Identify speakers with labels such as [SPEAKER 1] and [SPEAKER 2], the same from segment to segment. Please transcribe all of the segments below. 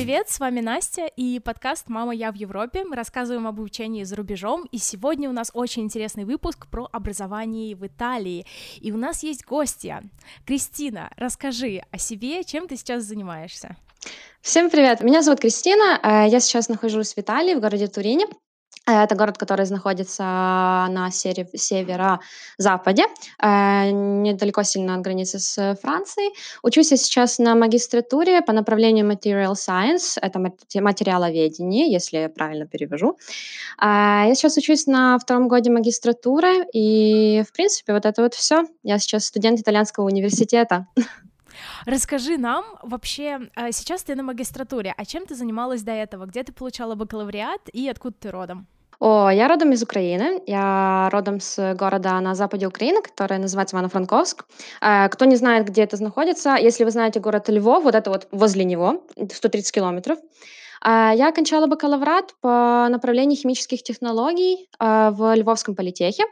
[SPEAKER 1] Привет, с вами Настя и подкаст «Мама, я в Европе». Мы рассказываем об обучении за рубежом, и сегодня у нас очень интересный выпуск про образование в Италии. И у нас есть гостья. Кристина, расскажи о себе, чем ты сейчас занимаешься?
[SPEAKER 2] Всем привет! Меня зовут Кристина. Я сейчас нахожусь в Италии, в городе Турине. Это город, который находится на северо-западе, недалеко сильно от границы с Францией. Учусь я сейчас на магистратуре по направлению Material Science, это материаловедение, если я правильно перевожу. Я сейчас учусь на втором годе магистратуры, и, в принципе, вот это вот все. Я сейчас студент итальянского университета.
[SPEAKER 1] Расскажи нам вообще, сейчас ты на магистратуре, а чем ты занималась до этого? Где ты получала бакалавриат и откуда ты родом?
[SPEAKER 2] Я родом из Украины. Я родом с города на западе Украины, который называется Ивано-Франковск. Кто не знает, где это находится, если вы знаете город Львов, вот это вот возле него, 130 километров. Я окончала бакалавриат по направлению химических технологий в Львовском политехе.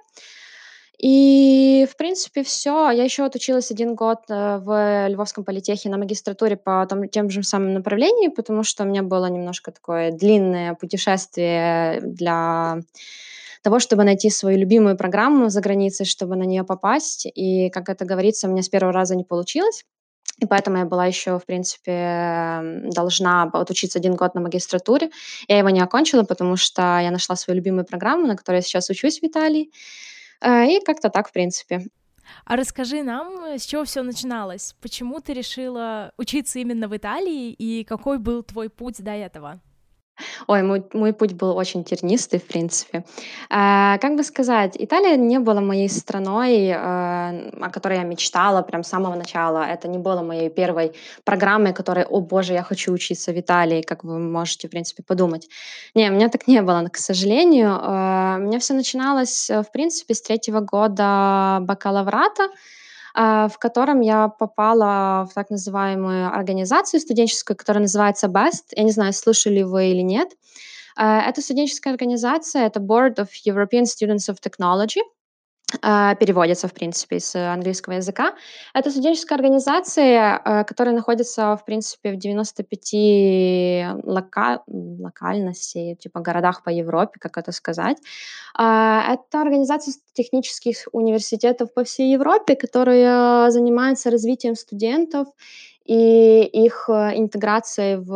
[SPEAKER 2] И, в принципе, все. Я еще отучилась 1 год в Львовском политехе на магистратуре по тем же самым направлениям, потому что у меня было немножко такое длинное путешествие для того, чтобы найти свою любимую программу за границей, чтобы на нее попасть. И, как это говорится, у меня с первого раза не получилось. И поэтому я была еще, в принципе, должна отучиться 1 год на магистратуре. Я его не окончила, потому что я нашла свою любимую программу, на которой я сейчас учусь в Италии. И как-то так, в принципе.
[SPEAKER 1] А расскажи нам, с чего все начиналось? Почему ты решила учиться именно в Италии и какой был твой путь до этого?
[SPEAKER 2] Ой, мой путь был очень тернистый, в принципе. Как бы сказать, Италия не была моей страной, о которой я мечтала прям с самого начала. Это не было моей первой программой, которой: «О боже, я хочу учиться в Италии», как вы можете, в принципе, подумать. Не, у меня так не было, к сожалению. У меня все начиналось, в принципе, с 3 года бакалаврата, в котором я попала в так называемую организацию студенческую, которая называется BEST. Я не знаю, слышали вы или нет. Это студенческая организация, это Board of European Students of Technology, переводится, в принципе, с английского языка. Это студенческая организация, которая находится, в принципе, в 95 локальностей, типа городах по Европе, как это сказать. Это организация технических университетов по всей Европе, которая занимается развитием студентов и их интеграцией в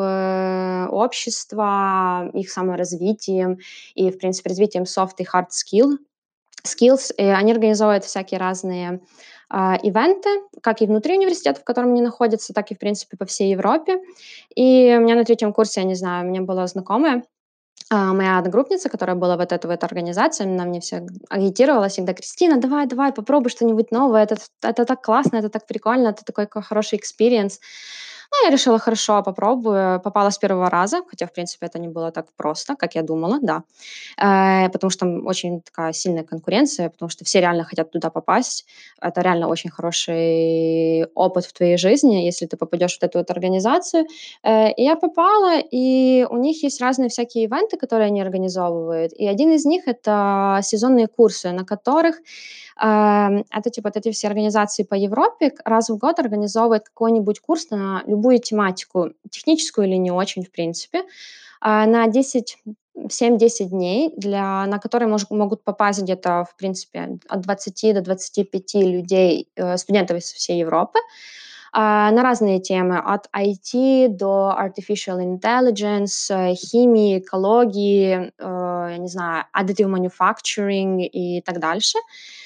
[SPEAKER 2] общество, их саморазвитием и, в принципе, развитием soft и hard skills. И они организовывают всякие разные ивенты, как и внутри университета, в котором они находятся, так и, в принципе, по всей Европе. И у меня на 3 курсе, я не знаю, у меня была знакомая, моя одногруппница, которая была вот эта вот организация, она мне все агитировала всегда: «Кристина, давай, давай, попробуй что-нибудь новое, это так классно, это так прикольно, это такой хороший экспириенс». Ну, я решила, хорошо, попробую. Попала с первого раза, хотя, в принципе, это не было так просто, как я думала, да. Потому что там очень такая сильная конкуренция, потому что все реально хотят туда попасть. Это реально очень хороший опыт в твоей жизни, если ты попадешь в эту вот организацию. И я попала, и у них есть разные всякие ивенты, которые они организовывают. И один из них — это сезонные курсы, на которых это типа вот эти все организации по Европе раз в год организовывают какой-нибудь курс на любую тематику, техническую или не очень, в принципе, на 7-10 дней, на которые могут попасть где-то, в принципе, от 20 до 25 людей, студентов из всей Европы, на разные темы, от IT до artificial intelligence, химии, экологии, я не знаю, additive manufacturing и так дальше.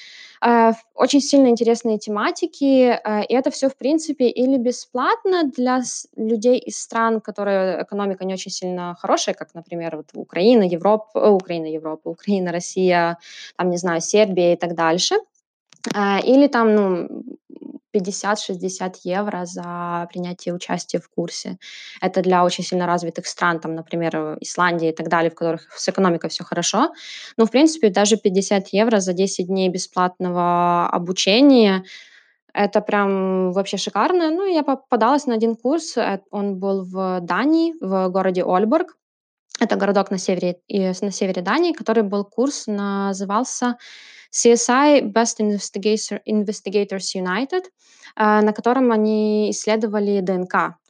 [SPEAKER 2] Очень сильно интересные тематики, и это все, в принципе, или бесплатно для людей из стран, которые экономика не очень сильно хорошая, как, например, вот Украина, Россия, там, не знаю, Сербия и так дальше. Или там, 50-60 евро за принятие участия в курсе. Это для очень сильно развитых стран, там, например, Исландия и так далее, в которых с экономикой все хорошо. Но, в принципе, даже 50 евро за 10 дней бесплатного обучения — это прям вообще шикарно. Ну, я подалась на 1 курс. Он был в Дании, в городе Ольборг. Это городок на севере Дании, который был курс, назывался CSI Best Investigators United, на котором они исследовали ДНК.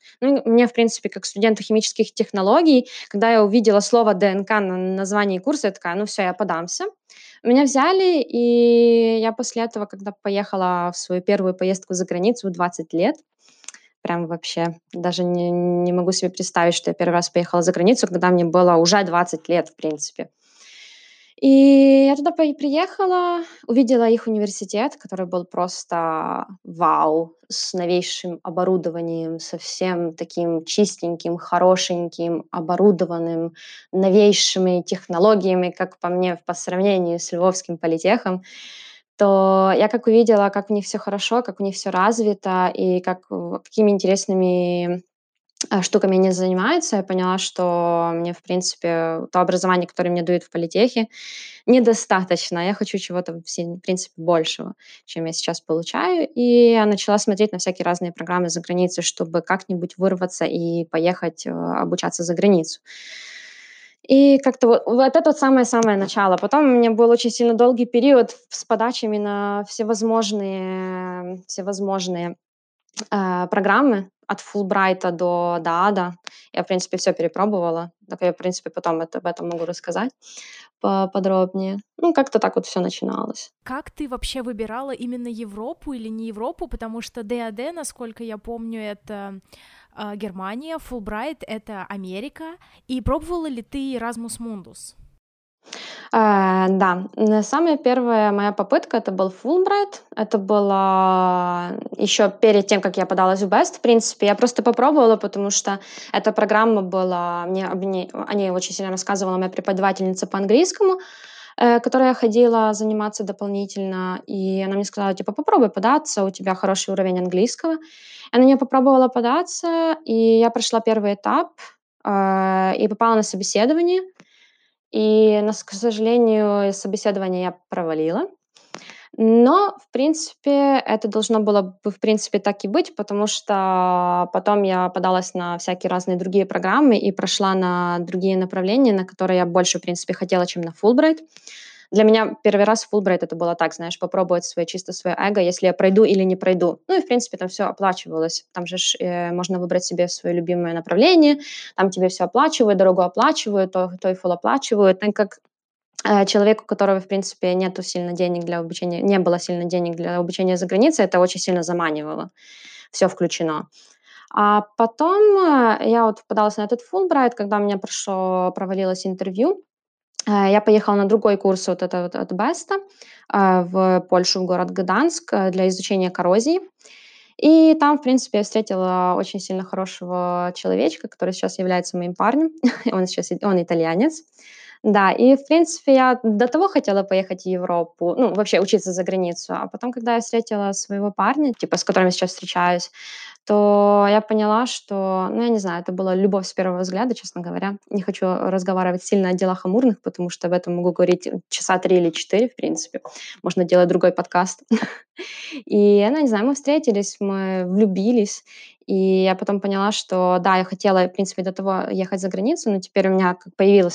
[SPEAKER 2] Ну, и мне, в принципе, как студенту химических технологий, когда я увидела слово ДНК на названии курса, я такая: "Ну все, я подамся". Меня взяли, и я после этого, когда поехала в свою первую поездку за границу в 20 лет, прям вообще даже не могу себе представить, что я первый раз поехала за границу, когда мне было уже 20 лет, в принципе. И я туда приехала, увидела их университет, который был просто вау, с новейшим оборудованием, совсем таким чистеньким, хорошеньким, оборудованным, новейшими технологиями, как по мне, по сравнению с Львовским политехом. То я как увидела, как у них все хорошо, как у них все развито и какими интересными штуками они занимаются, я поняла, что мне, в принципе, то образование, которое мне дают в политехе, недостаточно. Я хочу чего-то, в принципе, большего, чем я сейчас получаю. И я начала смотреть на всякие разные программы за границей, чтобы как-нибудь вырваться и поехать обучаться за границу. И как-то вот это вот самое-самое начало. Потом у меня был очень сильно долгий период с подачами на всевозможные программы от Фулбрайта до ДААДа. Я, в принципе, все перепробовала. Так я, в принципе, потом об этом могу рассказать поподробнее. Ну, как-то так вот все начиналось.
[SPEAKER 1] Как ты вообще выбирала именно Европу или не Европу? Потому что ДАД, насколько я помню, это Германия, Фулбрайт — это Америка. И пробовала ли ты Erasmus Mundus?
[SPEAKER 2] Да, самая первая моя попытка — это был Fulbright. Это было еще перед тем, как я подалась в Best, в принципе. Я просто попробовала, потому что эта программа была... Мне о ней очень сильно рассказывала моя преподавательница по английскому, которой я ходила заниматься дополнительно. И она мне сказала, типа, попробуй податься, у тебя хороший уровень английского. Я на нее попробовала податься, и я прошла первый этап, и попала на собеседование. И, к сожалению, собеседование я провалила. Но, в принципе, это должно было бы, в принципе, так и быть, потому что потом я подалась на всякие разные другие программы и прошла на другие направления, на которые я больше, в принципе, хотела, чем на Fulbright. Для меня первый раз в Fulbright это было так, знаешь, попробовать чисто свое эго, если я пройду или не пройду. Ну и, в принципе, там все оплачивалось. Там же можно выбрать себе свое любимое направление, там тебе все оплачивают, дорогу оплачивают, TOEFL оплачивают. Так как человек, у которого, в принципе, нету сильно денег для обучения, не было сильно денег для обучения за границей, это очень сильно заманивало. Все включено. А потом я вот подалась на этот Fulbright, когда у меня провалилось интервью. Я поехала на другой курс вот это вот от Беста в Польшу, в город Гданск для изучения коррозии. И там, в принципе, я встретила очень сильно хорошего человечка, который сейчас является моим парнем. Он итальянец. Да, и, в принципе, я до того хотела поехать в Европу, ну, вообще учиться за границу, а потом, когда я встретила своего парня, типа, с которым я сейчас встречаюсь, то я поняла, что, ну, я не знаю, это была любовь с первого взгляда, честно говоря. Не хочу разговаривать сильно о делах амурных, потому что об этом могу говорить часа 3 или 4, в принципе. Можно делать другой подкаст. И, ну, не знаю, мы встретились, мы влюбились, и я потом поняла, что да, я хотела, в принципе, до того ехать за границу, но теперь у меня как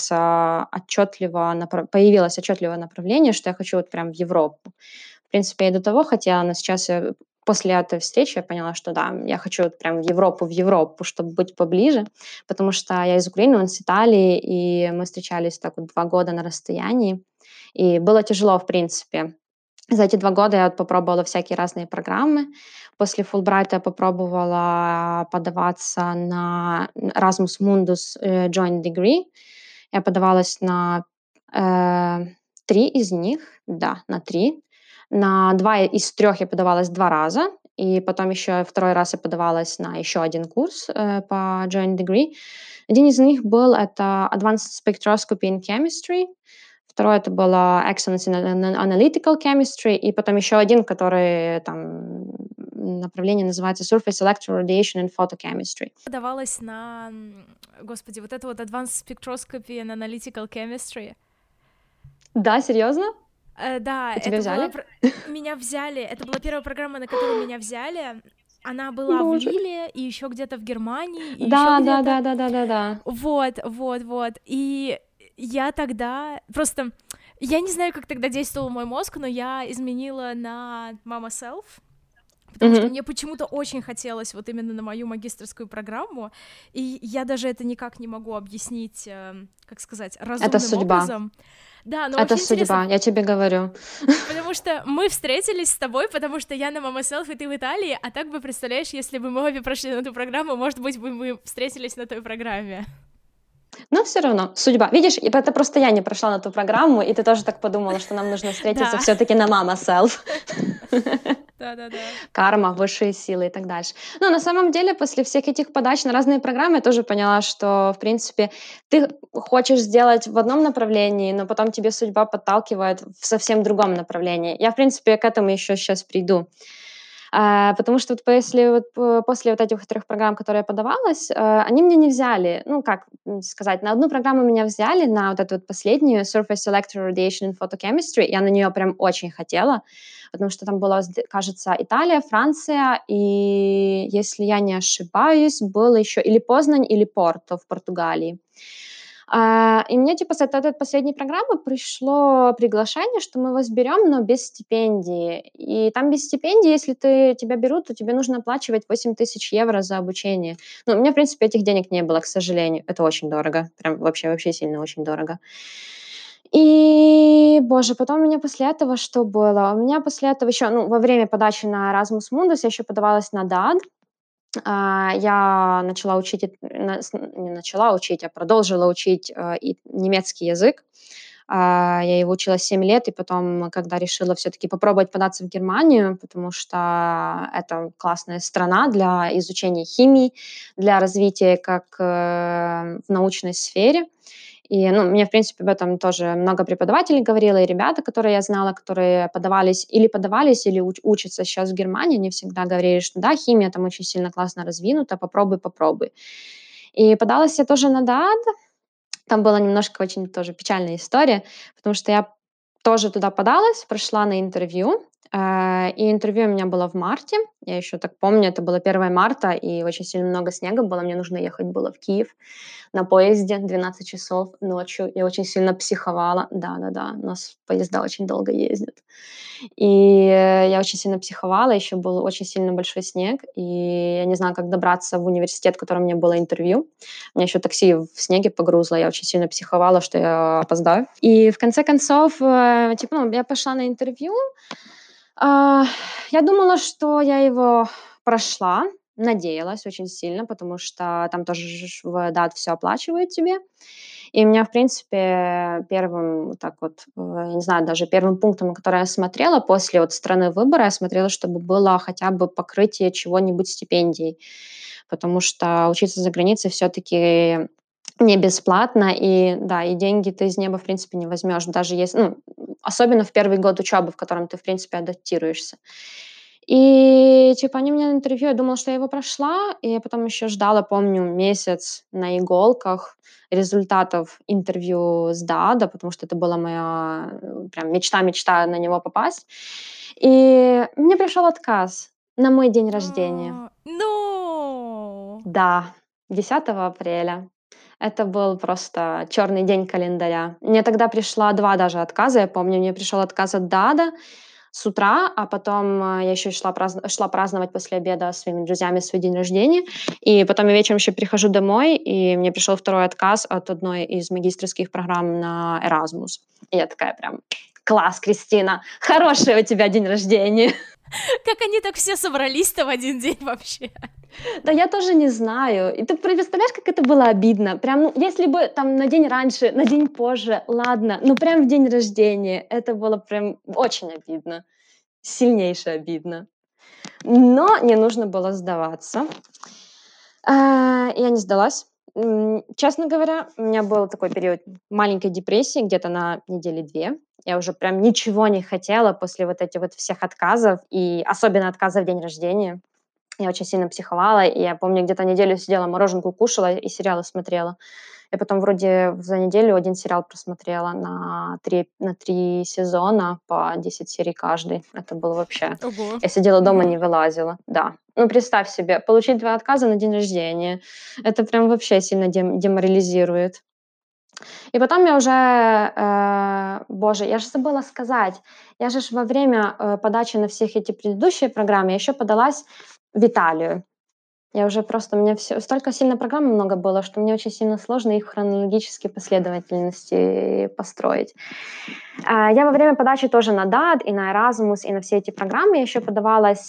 [SPEAKER 2] появилось отчетливое направление, что я хочу вот прям в Европу. В принципе, я и до того хотела, но сейчас после этой встречи я поняла, что да, я хочу вот прям в Европу, чтобы быть поближе, потому что я из Украины, он с Италии, и мы встречались так вот 2 года на расстоянии, и было тяжело, в принципе. За эти 2 года я вот попробовала всякие разные программы. После Фулбрайта я попробовала подаваться на Erasmus Mundus Joint Degree. Я подавалась на 3 из них, да, на 3. На 2 из 3 я подавалась 2 раза, и потом еще второй раз я подавалась на еще один курс по Joint Degree. Один из них был это Advanced Spectroscopy in Chemistry, второй это было Excellence in Analytical Chemistry, и потом еще один, который там направление называется Surface Electroradiation and Photochemistry.
[SPEAKER 1] Подавалась на, господи, вот это вот Advanced Spectroscopy and Analytical Chemistry.
[SPEAKER 2] Да, серьезно?
[SPEAKER 1] Да,
[SPEAKER 2] Тебя взяли?
[SPEAKER 1] Меня взяли. Это была первая программа, на которую меня взяли. Она была в Лиле и еще где-то в Германии. И
[SPEAKER 2] да,
[SPEAKER 1] еще где-то...
[SPEAKER 2] да.
[SPEAKER 1] Вот. И я тогда просто... Я не знаю, как тогда действовал мой мозг, но я изменила на Mama Self, потому что мне почему-то очень хотелось вот именно на мою магистерскую программу, и я даже это никак не могу объяснить, как сказать,
[SPEAKER 2] Это
[SPEAKER 1] разумным
[SPEAKER 2] судьба.
[SPEAKER 1] образом. Да, но
[SPEAKER 2] Это
[SPEAKER 1] очень интересно,
[SPEAKER 2] судьба, я тебе говорю.
[SPEAKER 1] потому что мы встретились с тобой, потому что я на Mama Self, и ты в Италии, а так бы, представляешь, если бы мы обе прошли на ту программу, может быть, бы мы встретились на той программе.
[SPEAKER 2] Но все равно судьба. Видишь, и это просто я не прошла на ту программу, и ты тоже так подумала, что нам нужно встретиться
[SPEAKER 1] Да,
[SPEAKER 2] все-таки на Mama Self.
[SPEAKER 1] да-да-да.
[SPEAKER 2] Карма, высшие силы и так дальше. Но на самом деле после всех этих подач на разные программы я тоже поняла, что, в принципе, ты хочешь сделать в одном направлении, но потом тебе судьба подталкивает в совсем другом направлении. Я, в принципе, к этому еще сейчас приду. Потому что вот после вот этих 3 программ, которые я подавалась, они меня не взяли. Ну, как сказать, на одну программу меня взяли, на вот эту вот последнюю Surface Electro Radiation and Photochemistry. Я на нее прям очень хотела, потому что там была, кажется, Италия, Франция и, если я не ошибаюсь, было еще или Познань, или Порто в Португалии. И мне, типа, с этой последней программы пришло приглашение, что мы вас берем, но без стипендии. И там без стипендии, если тебя берут, то тебе нужно оплачивать 8000 евро за обучение. Ну, у меня, в принципе, этих денег не было, к сожалению. Это очень дорого. Прям вообще сильно очень дорого. И, боже, потом у меня после этого что было? У меня после этого еще, ну, во время подачи на Erasmus Mundus я еще подавалась на ДАД. Я начала учить, не начала учить, а продолжила учить и немецкий язык. Я его учила 7 лет, и потом, когда решила все-таки попробовать податься в Германию, потому что это классная страна для изучения химии, для развития как в научной сфере. И, ну, мне, в принципе, об этом тоже много преподавателей говорило, и ребята, которые я знала, которые подавались, или учатся сейчас в Германии, они всегда говорили, что да, химия там очень сильно классно развинута, попробуй, попробуй. И подалась я тоже на ДАД. Там была немножко очень тоже печальная история, потому что я тоже туда подалась, прошла на интервью, и интервью у меня было в марте. Я еще так помню, это было 1 марта, и очень сильно много снега было, мне нужно ехать было в Киев на поезде 12 часов ночью. Я очень сильно психовала. Да-да-да, у нас поезда очень долго ездят. И я очень сильно психовала, еще был очень сильно большой снег, и я не знала, как добраться в университет, в котором у меня было интервью. У меня еще такси в снеге погрузло, я очень сильно психовала, что я опоздаю. И в конце концов, типа, ну, я пошла на интервью. А, я думала, что я его прошла, надеялась очень сильно, потому что там тоже в ДАТ все оплачивают тебе. И у меня, в принципе, первым, так вот, я не знаю, даже первым пунктом, на который я смотрела после вот страны выбора, я смотрела, чтобы было хотя бы покрытие чего-нибудь стипендией, потому что учиться за границей все-таки не бесплатно, и да, и деньги ты из неба, в принципе, не возьмешь, даже если, ну, особенно в первый год учебы, в котором ты, в принципе, адаптируешься. И, типа, они меня на интервью, я думала, что я его прошла, и я потом еще ждала, помню, месяц на иголках результатов интервью с ДАДа, потому что это была моя прям мечта на него попасть. И мне пришел отказ на мой день рождения.
[SPEAKER 1] Ну!
[SPEAKER 2] Да, 10 апреля. Это был просто черный день календаря. Мне тогда пришла 2 даже отказа, я помню. Мне пришел отказ от ДАДа с утра, а потом, я еще шла праздновать после обеда с своими друзьями свой день рождения. И потом я вечером еще прихожу домой, и мне пришел второй отказ от одной из магистерских программ на Erasmus. И я такая прям: "Класс, Кристина, хороший у тебя день рождения".
[SPEAKER 1] Как они так все собрались-то в один день вообще?
[SPEAKER 2] Да я тоже не знаю. И ты представляешь, как это было обидно? Прям, ну, если бы там на день раньше, на день позже, ладно, но прям в день рождения, это было прям очень обидно. Сильнейше обидно. Но не нужно было сдаваться. Я не сдалась. Честно говоря, у меня был такой период маленькой депрессии, где-то на недели 2. Я уже прям ничего не хотела после вот этих вот всех отказов, и особенно отказа в день рождения. Я очень сильно психовала, и я помню, где-то неделю сидела, мороженку кушала и сериалы смотрела. Я потом вроде за неделю 1 сериал просмотрела на 3 сезона по 10 серий каждый. Это было вообще.
[SPEAKER 1] Ого.
[SPEAKER 2] Я сидела дома,
[SPEAKER 1] Мгм.
[SPEAKER 2] не вылазила. Да. Ну, представь себе, получить 2 отказа на день рождения. Это прям вообще сильно деморализирует. И потом я уже, боже, я же забыла сказать, я же во время подачи на всех эти предыдущие программы я еще подалась в Италию. Я уже просто, у меня все, столько сильно программ много было, что мне очень сильно сложно их в хронологической последовательности построить. Я во время подачи тоже на DAT и на Erasmus, и на все эти программы еще подавалась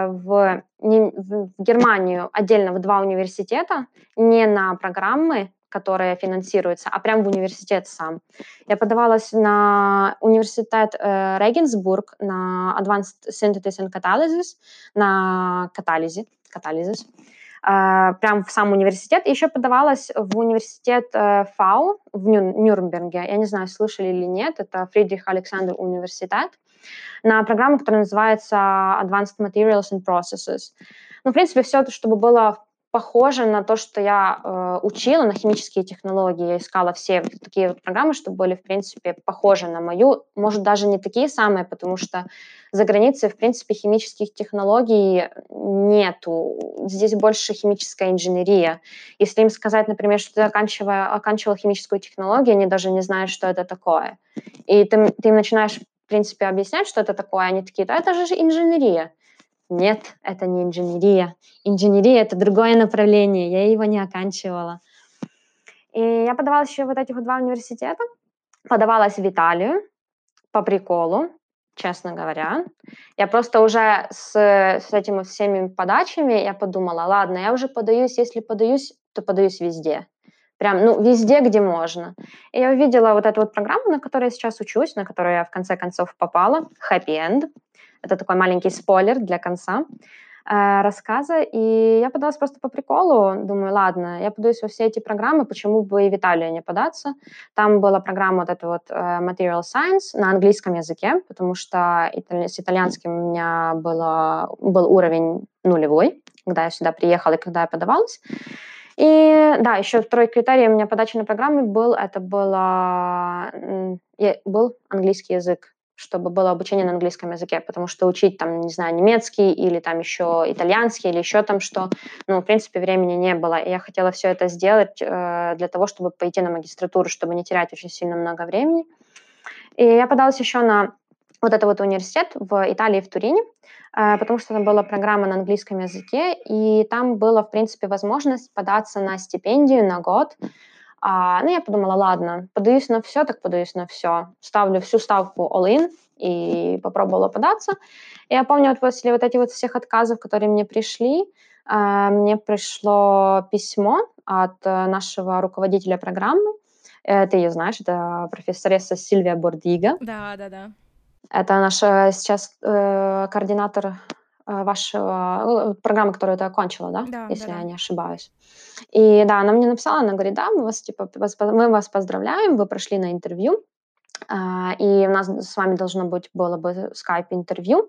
[SPEAKER 2] в Германию отдельно в 2 университета, не на программы, которые финансируются, а прям в университет сам. Я подавалась на университет Регенсбург, на Advanced Synthesis and Catalysis, на катализис, прям в сам университет. И еще подавалась в университет ФАУ в Нюрнберге. Я не знаю, слышали или нет, это Фридрих Александр университет, на программу, которая называется Advanced Materials and Processes. Ну, в принципе, все это, чтобы было похоже на то, что я учила, на химические технологии. Я искала все такие вот программы, чтобы были, в принципе, похожи на мою. Может, даже не такие самые, потому что за границей, в принципе, химических технологий нету. Здесь больше химическая инженерия. Если им сказать, например, что ты оканчивала химическую технологию, они даже не знают, что это такое. И ты им начинаешь, в принципе, объяснять, что это такое, они такие, да это же инженерия. Нет, это не инженерия. Инженерия — это другое направление, я его не оканчивала. И я подавалась еще в вот этих вот 2 университета, подавалась в Италию по приколу, честно говоря. Я просто уже с этими всеми подачами я подумала, ладно, я уже подаюсь, если подаюсь, то подаюсь везде. Прям, ну, везде, где можно. И я увидела вот эту вот программу, на которой я сейчас учусь, на которую я в конце концов попала, Happy End. Это такой маленький спойлер для конца рассказа. И я подалась просто по приколу. Думаю, ладно, я подаюсь во все эти программы, почему бы и в Италию не податься. Там была программа вот эта вот Material Science на английском языке, потому что с итальянским у меня был уровень нулевой, когда я сюда приехала и когда я подавалась. И да, еще второй критерий у меня подачи на программы был английский язык, чтобы было обучение на английском языке, потому что учить там, не знаю, немецкий или там еще итальянский или еще там что, ну, в принципе, времени не было. И я хотела все это сделать для того, чтобы пойти на магистратуру, чтобы не терять очень сильно много времени. И я подалась еще на вот этот вот университет в Италии, в Турине, потому что там была программа на английском языке, и там была, в принципе, возможность податься на стипендию на год. Ну, я подумала, ладно, подаюсь на все, так подаюсь на все. Ставлю всю ставку all-in и попробовала податься. И я помню, вот после вот этих вот всех отказов, которые мне пришли, мне пришло письмо от нашего руководителя программы. Ты ее знаешь, это профессоресса Сильвия Бордига.
[SPEAKER 1] Да.
[SPEAKER 2] Это наша сейчас координатор вашего программы, которую ты окончила, да, если я
[SPEAKER 1] Да.
[SPEAKER 2] не ошибаюсь. И да, она мне написала, она говорит, да, мы вас поздравляем, вы прошли на интервью, и у нас с вами было бы скайп-интервью,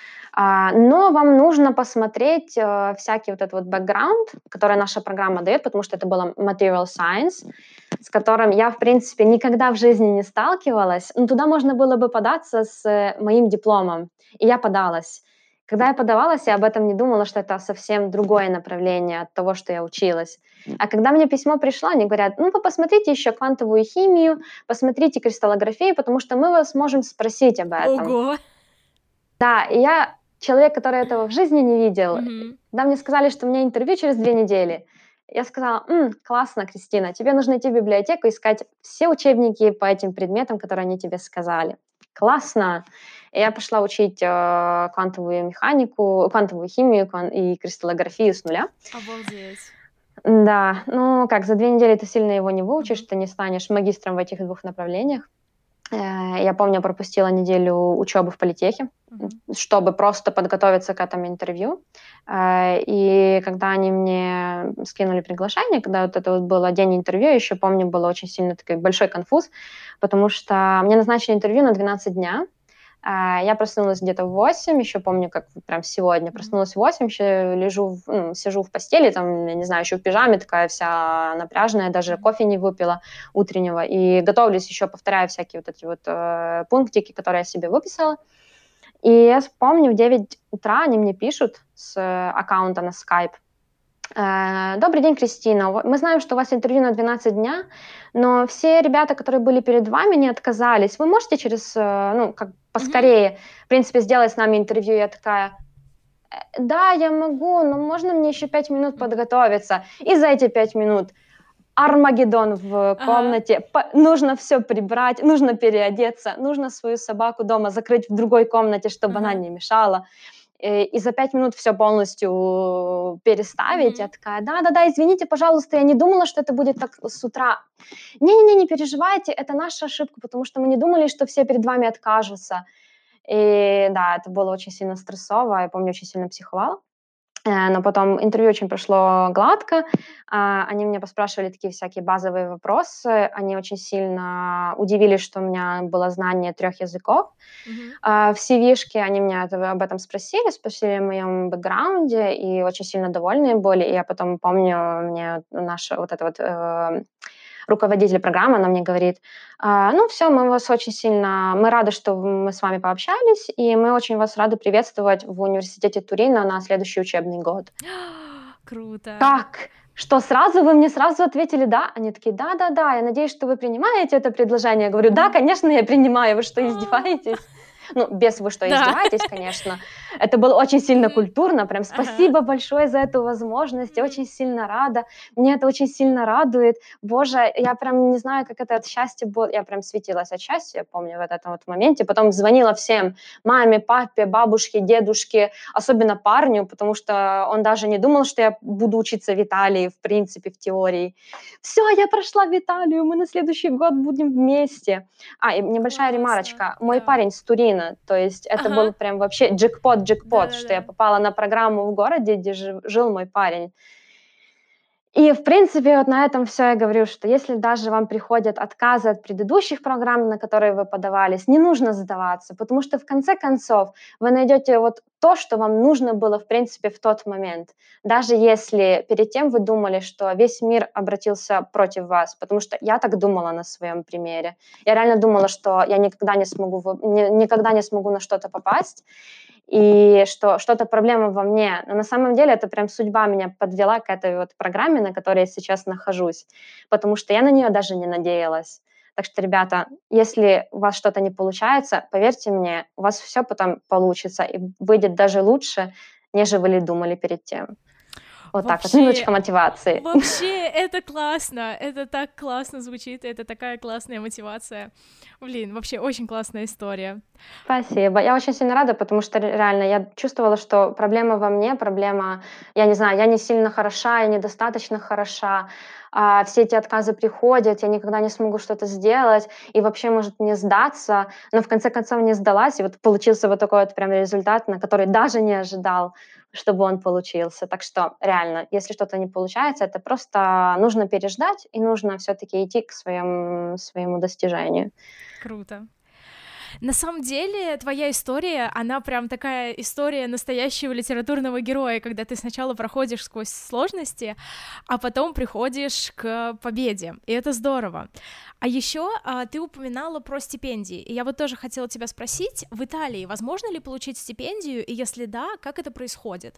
[SPEAKER 2] но вам нужно посмотреть всякий вот этот вот бэкграунд, который наша программа дает, потому что это было Material Science, с которым я, в принципе, никогда в жизни не сталкивалась. Но туда можно было бы податься с моим дипломом, и я подалась. Когда я подавалась, я об этом не думала, что это совсем другое направление от того, что я училась. А когда мне письмо пришло, они говорят, ну, вы посмотрите еще квантовую химию, посмотрите кристаллографию, потому что мы вас можем спросить об этом.
[SPEAKER 1] Ого!
[SPEAKER 2] Да, и я человек, который этого в жизни не видел. Когда мне сказали, что у меня интервью через 2 недели, я сказала, классно, Кристина, тебе нужно идти в библиотеку, искать все учебники по этим предметам, которые они тебе сказали. Классно! И я пошла учить квантовую механику, квантовую химию и кристаллографию с нуля.
[SPEAKER 1] Обалдеть.
[SPEAKER 2] Да, ну как, за 2 недели ты сильно его не выучишь, ты не станешь магистром в этих 2 направлениях. Я помню, я пропустила неделю учебы в политехе, чтобы просто подготовиться к этому интервью. И когда они мне скинули приглашение, когда вот это вот был день интервью, я еще помню, был очень сильно такой большой конфуз, потому что мне назначили интервью на 12 дня. Я проснулась где-то в 8, еще помню, как прям сегодня. Проснулась в 8, еще сижу в постели, там, я не знаю, еще в пижаме такая вся напряженная, даже кофе не выпила утреннего. И готовлюсь еще, повторяю всякие вот эти вот пунктики, которые я себе выписала. И я помню, в 9 утра они мне пишут с аккаунта на Skype. Добрый день, Кристина. Мы знаем, что у вас интервью на 12 дня, но все ребята, которые были перед вами, не отказались. Вы можете ну, как
[SPEAKER 1] Мгм.
[SPEAKER 2] поскорее, в принципе, сделать с нами интервью? Я такая, да, я могу, но можно мне еще 5 минут
[SPEAKER 1] Мгм.
[SPEAKER 2] подготовиться? И за эти 5 минут Армагеддон в
[SPEAKER 1] Ага.
[SPEAKER 2] комнате, нужно все прибрать, нужно переодеться, нужно свою собаку дома закрыть в другой комнате, чтобы она
[SPEAKER 1] Ага.
[SPEAKER 2] не мешала. И за 5 минут все полностью переставить. Я
[SPEAKER 1] Мгм.
[SPEAKER 2] такая: "Да-да-да, извините, пожалуйста, я не думала, что это будет так с утра". "Не-не-не, не переживайте, это наша ошибка, потому что мы не думали, что все перед вами откажутся". И да, это было очень сильно стрессово. Я помню, очень сильно психовала. Но потом интервью очень прошло гладко. Они меня поспрашивали такие всякие базовые вопросы. Они очень сильно удивились, что у меня было знание 3 языков.
[SPEAKER 1] Мгм.
[SPEAKER 2] В CV-шке они меня об этом спросили о моем бэкграунде, и очень сильно довольны были. И я потом помню, мне наша вот эта вот руководитель программы, она мне говорит: "Ну все, мы вас очень сильно, мы рады, что мы с вами пообщались, и мы очень вас рады приветствовать в университете Турина на следующий учебный год".
[SPEAKER 1] Круто.
[SPEAKER 2] Как? Что, сразу вы мне сразу ответили "да"? Они такие: "Да-да-да, я надеюсь, что вы принимаете это предложение". Я говорю: "Да,
[SPEAKER 1] Мгм.
[SPEAKER 2] конечно, я принимаю. Вы что,
[SPEAKER 1] А.
[SPEAKER 2] издеваетесь?" Ну, без "вы что,
[SPEAKER 1] Да.
[SPEAKER 2] издеваетесь", конечно. Это было очень сильно
[SPEAKER 1] Мгм.
[SPEAKER 2] культурно. Прям
[SPEAKER 1] Ага.
[SPEAKER 2] спасибо большое за эту возможность. Я
[SPEAKER 1] М.
[SPEAKER 2] очень сильно рада. Мне это очень сильно радует. Боже, я прям не знаю, как это от счастья было. Я прям светилась от счастья, я помню, в этом вот моменте. Потом звонила всем: маме, папе, бабушке, дедушке, особенно парню, потому что он даже не думал, что я буду учиться в Италии, в принципе, в теории. Все, я прошла в Италию, мы на следующий год будем вместе. И небольшая
[SPEAKER 1] Классно.
[SPEAKER 2] ремарочка. Мой
[SPEAKER 1] Да.
[SPEAKER 2] парень с Турина, то есть это был
[SPEAKER 1] Ага.
[SPEAKER 2] прям вообще джекпот, что я
[SPEAKER 1] Да-да-да.
[SPEAKER 2] попала на программу в городе, где жил мой парень. И, в принципе, вот на этом все я говорю, что если даже вам приходят отказы от предыдущих программ, на которые вы подавались, не нужно сдаваться, потому что в конце концов вы найдете вот то, что вам нужно было, в принципе, в тот момент. Даже если перед тем вы думали, что весь мир обратился против вас, потому что я так думала на своем примере. Я реально думала, что я никогда не смогу на что-то попасть, и что что-то проблема во мне. Но на самом деле это прям судьба меня подвела к этой вот программе, на которой я сейчас нахожусь, потому что я на нее даже не надеялась. Так что, ребята, если у вас что-то не получается, поверьте мне, у вас все потом получится и выйдет даже лучше, нежели вы думали перед тем. Вот так вот,
[SPEAKER 1] Вообще,
[SPEAKER 2] минуточка мотивации.
[SPEAKER 1] вообще, это классно, это так классно звучит, это такая классная мотивация. Блин, вообще очень классная история.
[SPEAKER 2] Спасибо. Я очень сильно рада, потому что реально я чувствовала, что проблема во мне, проблема, я не знаю, я не сильно хороша, я недостаточно хороша, все эти отказы приходят, я никогда не смогу что-то сделать, и вообще, может, не сдаться, но в конце концов не сдалась, и вот получился вот такой вот прям результат, на который даже не ожидал, чтобы он получился. Так что реально, если что-то не получается, это просто нужно переждать, и нужно все-таки идти к своему достижению.
[SPEAKER 1] Круто. На самом деле, твоя история, она прям такая история настоящего литературного героя, когда ты сначала проходишь сквозь сложности, а потом приходишь к победе, и это здорово. А еще ты упоминала про стипендии, и я вот тоже хотела тебя спросить, в Италии возможно ли получить стипендию, и если да, как это происходит?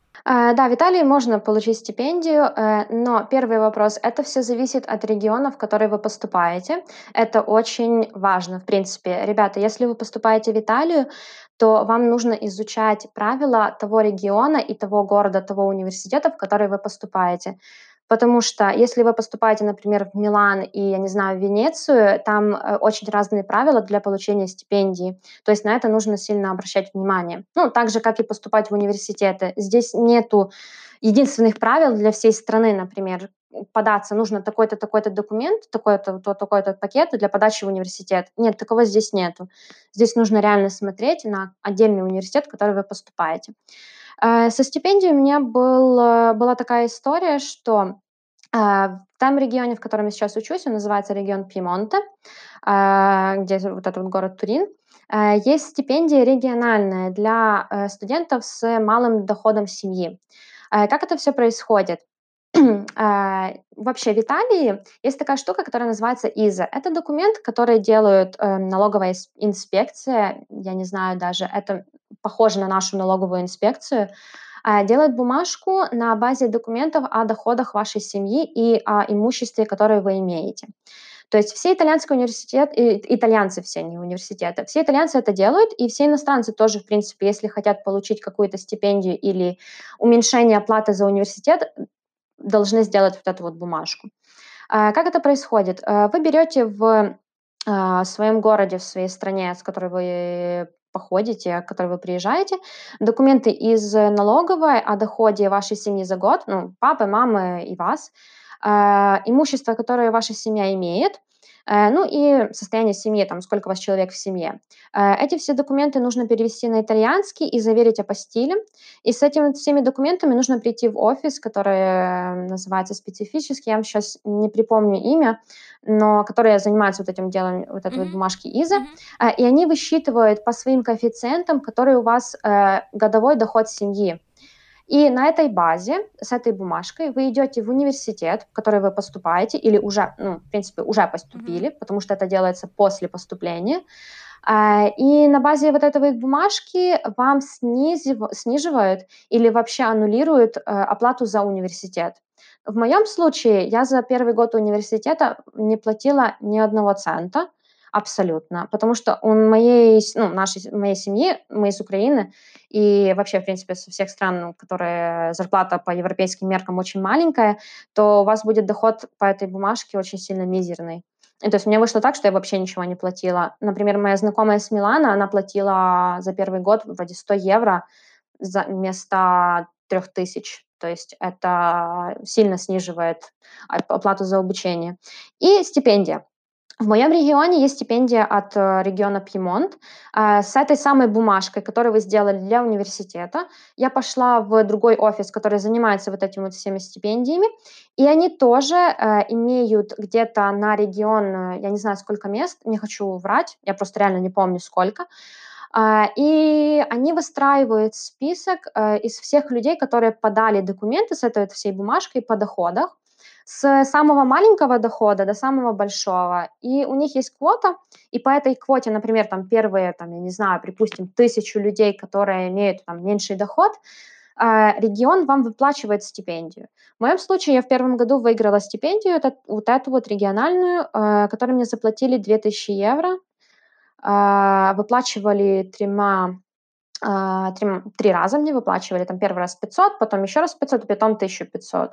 [SPEAKER 2] Да, в Италии можно получить стипендию, но первый вопрос — это все зависит от региона, в который вы поступаете. Это очень важно, в принципе. Ребята, если вы поступаете в Италию, то вам нужно изучать правила того региона и того города, того университета, в который вы поступаете. Потому что если вы поступаете, например, в Милан и, я не знаю, в Венецию, там очень разные правила для получения стипендии. То есть на это нужно сильно обращать внимание. Ну, так же, как и поступать в университеты. Здесь нету единственных правил для всей страны, например. Податься нужно такой-то, такой-то документ, такой-то, такой-то пакет для подачи в университет. Нет, такого здесь нету. Здесь нужно реально смотреть на отдельный университет, в который вы поступаете. Со стипендией у меня была такая история, что в том регионе, в котором я сейчас учусь, он называется регион Пьемонте, где вот этот вот город Турин. Есть стипендия региональная для студентов с малым доходом семьи. Как это все происходит? Вообще в Италии есть такая штука, которая называется ИЗа. Это документ, который делают налоговая инспекция. Я не знаю даже, это похоже на нашу налоговую инспекцию. делает бумажку на базе документов о доходах вашей семьи и о имуществе, которое вы имеете. То есть все итальянские университеты, итальянцы все, не университеты, все итальянцы это делают, и все иностранцы тоже, в принципе, если хотят получить какую-то стипендию или уменьшение оплаты за университет, должны сделать вот эту вот бумажку. Как это происходит? Вы берете в своем городе, в своей стране, с которой вы походите, к которой вы приезжаете, документы из налоговой о доходе вашей семьи за год, ну, папы, мамы и вас, имущество, которое ваша семья имеет, ну и состояние семьи, там, сколько у вас человек в семье. Эти все документы нужно перевести на итальянский и заверить апостилем. И с этими всеми документами нужно прийти в офис, который называется специфический, я вам сейчас не припомню имя, но которые занимаются вот этим делом, вот этой вот
[SPEAKER 1] Мгм.
[SPEAKER 2] бумажки ИЗа,
[SPEAKER 1] Мгм.
[SPEAKER 2] и они высчитывают по своим коэффициентам, которые у вас годовой доход семьи. И на этой базе, с этой бумажкой вы идете в университет, в который вы поступаете, или уже, ну, в принципе, уже
[SPEAKER 1] Мгм.
[SPEAKER 2] поступили, потому что это делается после поступления. И на базе вот этой вот бумажки вам сниживают или вообще аннулируют оплату за университет. В моем случае я за первый год университета не платила ни одного цента абсолютно, потому что у моей семьи, мы из Украины, и вообще, в принципе, со всех стран, ну, которые зарплата по европейским меркам очень маленькая, то у вас будет доход по этой бумажке очень сильно мизерный. И то есть мне вышло так, что я вообще ничего не платила. Например, моя знакомая с Милана, она платила за первый год вроде 100 евро вместо 3000. То есть это сильно сниживает оплату за обучение. И стипендия. В моем регионе есть стипендия от региона Пьемонт. С этой самой бумажкой, которую вы сделали для университета, я пошла в другой офис, который занимается вот этими вот всеми стипендиями, и они тоже имеют где-то на регион, я не знаю, сколько мест, не хочу врать, я просто реально не помню сколько, и они выстраивают список из всех людей, которые подали документы с этой вот всей бумажкой по доходах, с самого маленького дохода до самого большого. И у них есть квота, и по этой квоте, например, там первые, там, я не знаю, припустим, 1000 людей, которые имеют там меньший доход, регион вам выплачивает стипендию. В моем случае я в первом году выиграла стипендию, вот эту вот региональную, которую мне заплатили 2000 евро, выплачивали 3 раза мне выплачивали, там первый раз 500, потом еще раз 500, и потом 1500.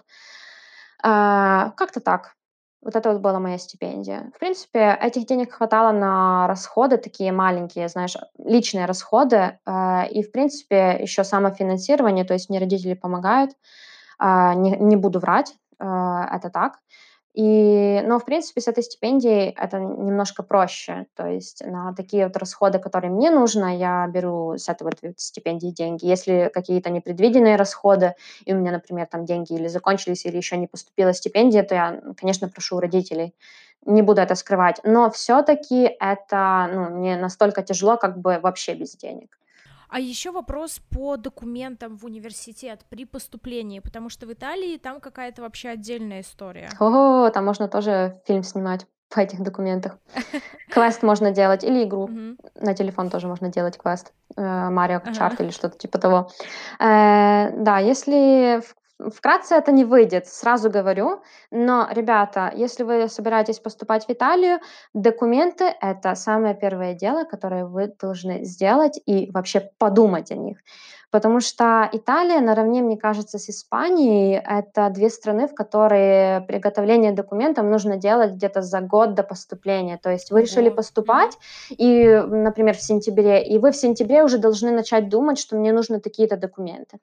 [SPEAKER 2] Как-то так. Вот это вот была моя стипендия. В принципе, этих денег хватало на расходы такие маленькие, знаешь, личные расходы, и, в принципе, еще самофинансирование, то есть мне родители помогают, не буду врать, это так. Но, в принципе, с этой стипендией это немножко проще. То есть на такие вот расходы, которые мне нужно, я беру с этой вот стипендии деньги. Если какие-то непредвиденные расходы, и у меня, например, там деньги или закончились, или еще не поступила стипендия, то я, конечно, прошу у родителей. Не буду это скрывать. Но все-таки это, ну, не настолько тяжело, как бы вообще без денег.
[SPEAKER 1] А еще вопрос по документам в университет при поступлении, потому что в Италии там какая-то вообще отдельная история.
[SPEAKER 2] Ого, там можно тоже фильм снимать по этих документах. Квест можно делать или игру.
[SPEAKER 1] Мгм.
[SPEAKER 2] На телефон тоже можно делать квест. Марио
[SPEAKER 1] Ага.
[SPEAKER 2] Чарт или что-то типа того. Да, если вкратце это не выйдет, сразу говорю. Но, ребята, если вы собираетесь поступать в Италию, документы — это самое первое дело, которое вы должны сделать и вообще подумать о них. Потому что Италия наравне, мне кажется, с Испанией — это 2 страны, в которые приготовление документов нужно делать где-то за год до поступления. То есть вы решили
[SPEAKER 1] Ого.
[SPEAKER 2] поступать,
[SPEAKER 1] Мгм.
[SPEAKER 2] и, например, в сентябре, и вы в сентябре уже должны начать думать, что мне нужны такие-то документы.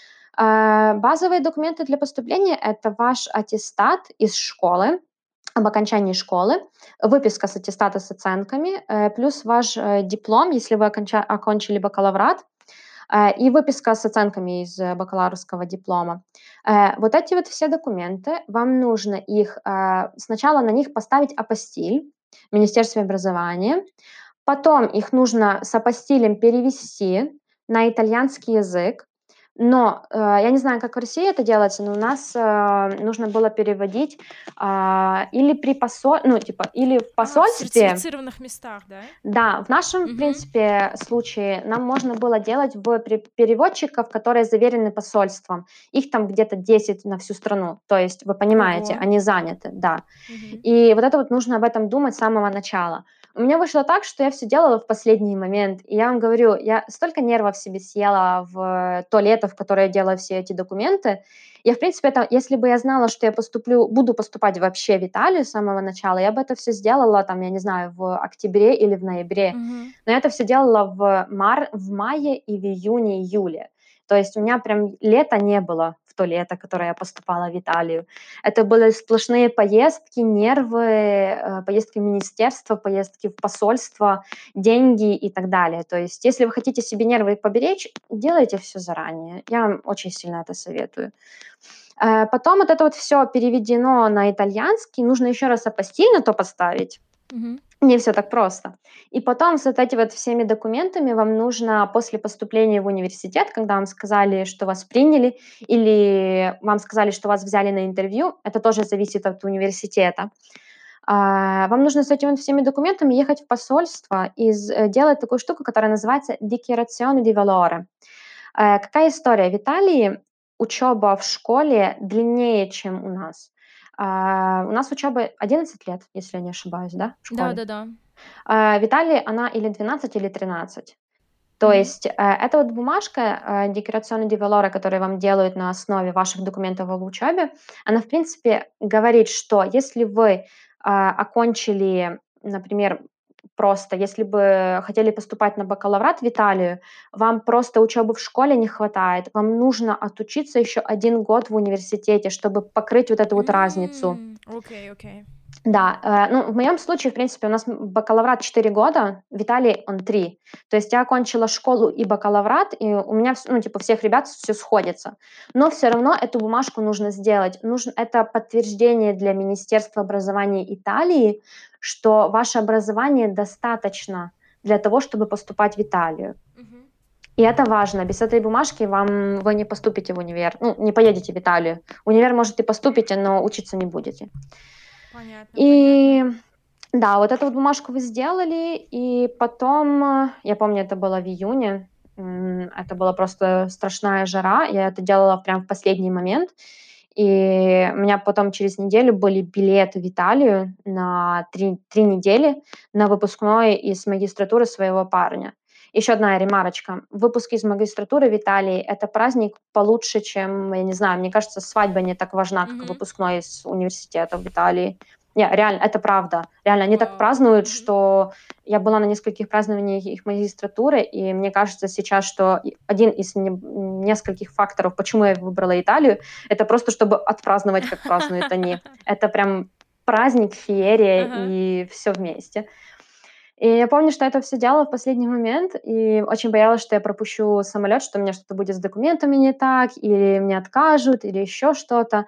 [SPEAKER 2] Базовые документы для поступления — это ваш аттестат из школы, об окончании школы, выписка с аттестата с оценками, плюс ваш диплом, если вы окончили бакалаврат, и выписка с оценками из бакалаврского диплома. Вот эти вот все документы, вам нужно их сначала на них поставить апостиль в Министерстве образования, потом их нужно с апостилем перевести на итальянский язык, Но, я не знаю, как в России это делается, но у нас, нужно было переводить, или при ну, типа, или в
[SPEAKER 1] В
[SPEAKER 2] посольстве.
[SPEAKER 1] сертифицированных местах, да?
[SPEAKER 2] Да, в нашем, в
[SPEAKER 1] Мгм.
[SPEAKER 2] принципе, случае нам можно было делать в переводчиков, которые заверены посольством. Их там где-то 10 на всю страну. То есть, вы понимаете,
[SPEAKER 1] Ого.
[SPEAKER 2] они заняты, да.
[SPEAKER 1] Мгм.
[SPEAKER 2] И вот это вот нужно об этом думать с самого начала. У меня вышло так, что я все делала в последний момент. И я вам говорю, я столько нервов себе съела в то лето, в которое я делала все эти документы. Я, в принципе, это, если бы я знала, что я буду поступать вообще в Италию с самого начала, я бы это все сделала, там, я не знаю, в октябре или в ноябре.
[SPEAKER 1] Мгм.
[SPEAKER 2] Но я это все делала в мае и в июне, июле. То есть у меня прям лета не было в то лето, которое я поступала в Италию. Это были сплошные поездки, нервы, поездки в министерство, поездки в посольство, деньги и так далее. То есть если вы хотите себе нервы поберечь, делайте все заранее. Я вам очень сильно это советую. Потом вот это вот все переведено на итальянский, нужно еще раз апостиль на то поставить.
[SPEAKER 1] Мгм.
[SPEAKER 2] Не все так просто. И потом с вот эти вот всеми документами вам нужно после поступления в университет, когда вам сказали, что вас приняли, или вам сказали, что вас взяли на интервью, это тоже зависит от университета. Вам нужно с этими вот всеми документами ехать в посольство и делать такую штуку, которая называется dichiarazione di valore. Какая история? В Италии учеба в школе длиннее, чем у нас. У нас учеба 11 лет, если я не ошибаюсь, да, в школе.
[SPEAKER 1] Да-да-да.
[SPEAKER 2] В Италии она или 12, или 13. То
[SPEAKER 1] Мгм.
[SPEAKER 2] есть, эта вот бумажка, Dichiarazione di valore, которую вам делают на основе ваших документов об учебе, она, в принципе, говорит, что если вы, окончили, например, просто, если бы хотели поступать на бакалаврат в Италию, вам просто учебы в школе не хватает, вам нужно отучиться еще 1 год в университете, чтобы покрыть вот эту вот разницу.
[SPEAKER 1] Окей, окей.
[SPEAKER 2] Да, ну, в моем случае, в принципе, у нас бакалаврат 4 года, в Италии он 3. То есть я окончила школу и бакалаврат, и у меня, ну, типа, всех ребят все сходится. Но все равно эту бумажку нужно сделать. Это подтверждение для Министерства образования Италии, что ваше образование достаточно для того, чтобы поступать в Италию.
[SPEAKER 1] Мгм.
[SPEAKER 2] И это важно. Без этой бумажки вы не поступите в универ, ну, не поедете в Италию. В универ, может, и поступите, но учиться не будете.
[SPEAKER 1] Понятно, понятно.
[SPEAKER 2] И да, вот эту вот бумажку вы сделали, и потом, я помню, это было в июне, это была просто страшная жара, я это делала прям в последний момент, и у меня потом через неделю были билеты в Италию на 3 недели на выпускной из магистратуры своего парня. Еще одна ремарочка. Выпуск из магистратуры в Италии — это праздник получше, чем, я не знаю, мне кажется, свадьба не так важна, как
[SPEAKER 1] Мгм.
[SPEAKER 2] выпускной из университета в Италии. Не, реально, это правда. Реально, они так
[SPEAKER 1] Вау.
[SPEAKER 2] празднуют,
[SPEAKER 1] Мгм.
[SPEAKER 2] что я была на нескольких празднованиях их магистратуры, и мне кажется сейчас, что один из нескольких факторов, почему я выбрала Италию, это просто чтобы отпраздновать, как празднуют они. Это прям праздник, феерия
[SPEAKER 1] Ага.
[SPEAKER 2] и все вместе. И я помню, что это все делала в последний момент, и очень боялась, что я пропущу самолет, что у меня что-то будет с документами не так, или мне откажут, или еще что-то.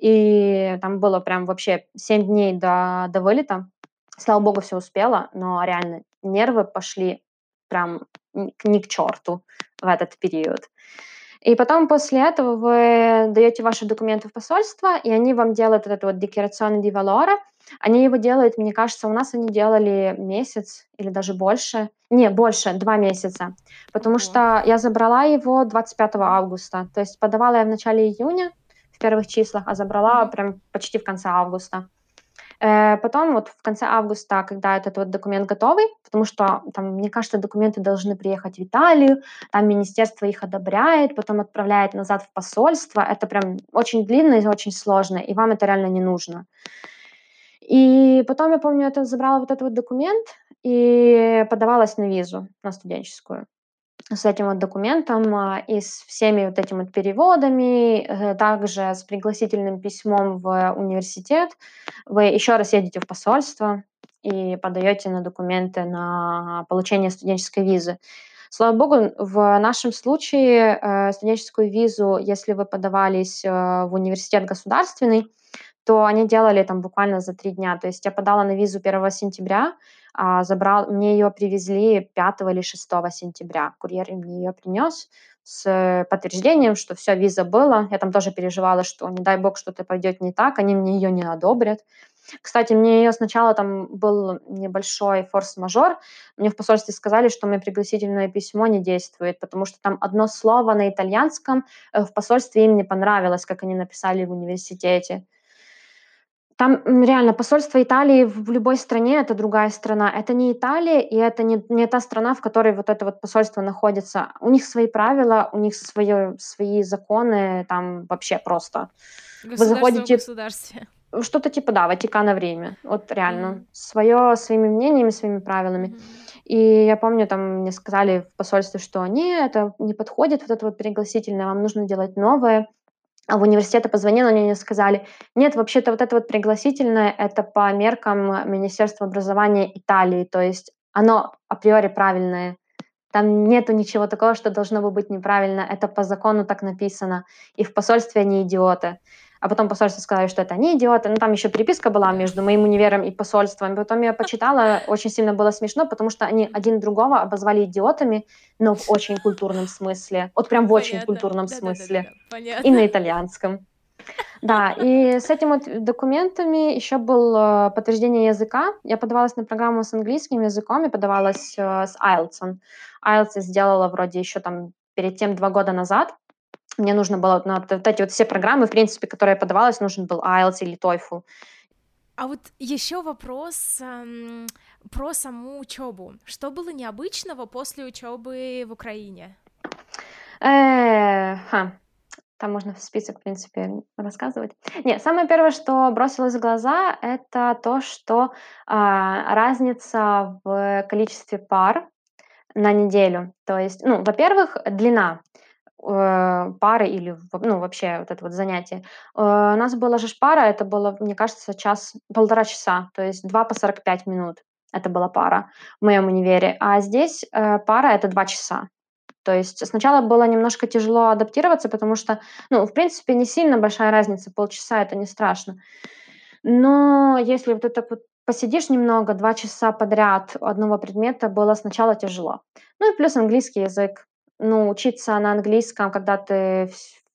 [SPEAKER 2] И там было прям вообще 7 дней до вылета. Слава богу, все успела, но реально нервы пошли прям ни к черту в этот период. И потом после этого вы даете ваши документы в посольство, и они вам делают вот это вот dichiarazione di valore. Они его делают, мне кажется, у нас они делали месяц или даже больше. Не, больше, 2 месяца. Потому
[SPEAKER 1] Ого.
[SPEAKER 2] что я забрала его 25
[SPEAKER 1] Мгм.
[SPEAKER 2] августа. То есть подавала я в начале июня, в первых числах, а забрала
[SPEAKER 1] Мгм.
[SPEAKER 2] прям почти в конце августа. Потом вот в конце августа, когда этот вот документ готовый, потому что там, мне кажется, документы должны приехать в Италию, там министерство их одобряет, потом отправляет назад в посольство. Это прям очень длинно и очень сложно, и вам это реально не нужно. И потом, я помню, это забрала вот этот вот документ и подавалась на визу, на студенческую с этим вот документом, и с всеми вот этими вот переводами, также с пригласительным письмом в университет. Вы еще раз едете в посольство и подаете на документы на получение студенческой визы. Слава богу, в нашем случае студенческую визу, если вы подавались в университет государственный, то они делали там буквально за 3 дня. То есть я подала на визу 1 сентября, мне ее привезли 5 или 6 сентября. Курьер мне ее принес. с подтверждением, что все, виза была. Я там тоже переживала, что не дай бог что-то пойдет не так, они мне ее не одобрят. Кстати, мне ее сначала там был небольшой форс-мажор. Мне в посольстве сказали, что мое пригласительное письмо не действует, потому что там одно слово на итальянском в посольстве им не понравилось, как они написали в университете. Там реально посольство Италии в любой стране это другая страна. Это не Италия, и это не та страна, в которой вот это вот посольство находится. У них свои правила, у них свои законы, там вообще просто. Вы
[SPEAKER 1] Государство в
[SPEAKER 2] заходите
[SPEAKER 1] государстве.
[SPEAKER 2] что-то типа, да, Ватикана в Риме. Вот реально.
[SPEAKER 1] Мгм.
[SPEAKER 2] Своими мнениями, своими правилами.
[SPEAKER 1] Мгм.
[SPEAKER 2] И я помню, там мне сказали в посольстве, что не, это не подходит, вот это вот пригласительное, вам нужно делать новое. А в университет я позвонила, они мне сказали: "Нет, вообще-то вот это вот пригласительное - это по меркам Министерства образования Италии, то есть оно априори правильное. Там нету ничего такого, что должно бы быть неправильно. Это по закону так написано. И в посольстве они идиоты". А потом посольство сказали, что это они идиоты. Ну, там еще переписка была
[SPEAKER 1] Да.
[SPEAKER 2] между моим универом и посольством. Потом я почитала, очень сильно было смешно, потому что они один другого обозвали идиотами, но в очень культурном смысле. Вот прям в очень
[SPEAKER 1] Понятно.
[SPEAKER 2] культурном смысле.
[SPEAKER 1] Да-да-да-да-да.
[SPEAKER 2] И
[SPEAKER 1] Понятно.
[SPEAKER 2] на итальянском. Да, и с этим вот документами еще был подтверждение языка. Я подавалась на программу с английским языком и подавалась с IELTS. IELTS я сделала вроде еще там перед тем 2 года назад. Мне нужно было на вот эти вот все программы, в принципе, которые я подавалась, нужен был IELTS или TOEFL.
[SPEAKER 1] А вот еще вопрос про саму учебу. Что было необычного после учебы в Украине?
[SPEAKER 2] Ха, там можно в список, в принципе, рассказывать. Не, самое первое, что бросилось в глаза, это то, что разница в количестве пар на неделю. То есть, ну, во-первых, длина пары или, ну, вообще вот это вот занятие. У нас была же пара, это было, мне кажется, час, 1,5 часа, то есть 2 по 45 минут. Это была пара в моем универе. А здесь пара это 2 часа. То есть сначала было немножко тяжело адаптироваться, потому что, ну, в принципе, не сильно большая разница, полчаса это не страшно. Но если вот это вот посидишь немного, 2 часа подряд одного предмета было сначала тяжело. Ну и плюс английский язык. Ну, учиться на английском, когда ты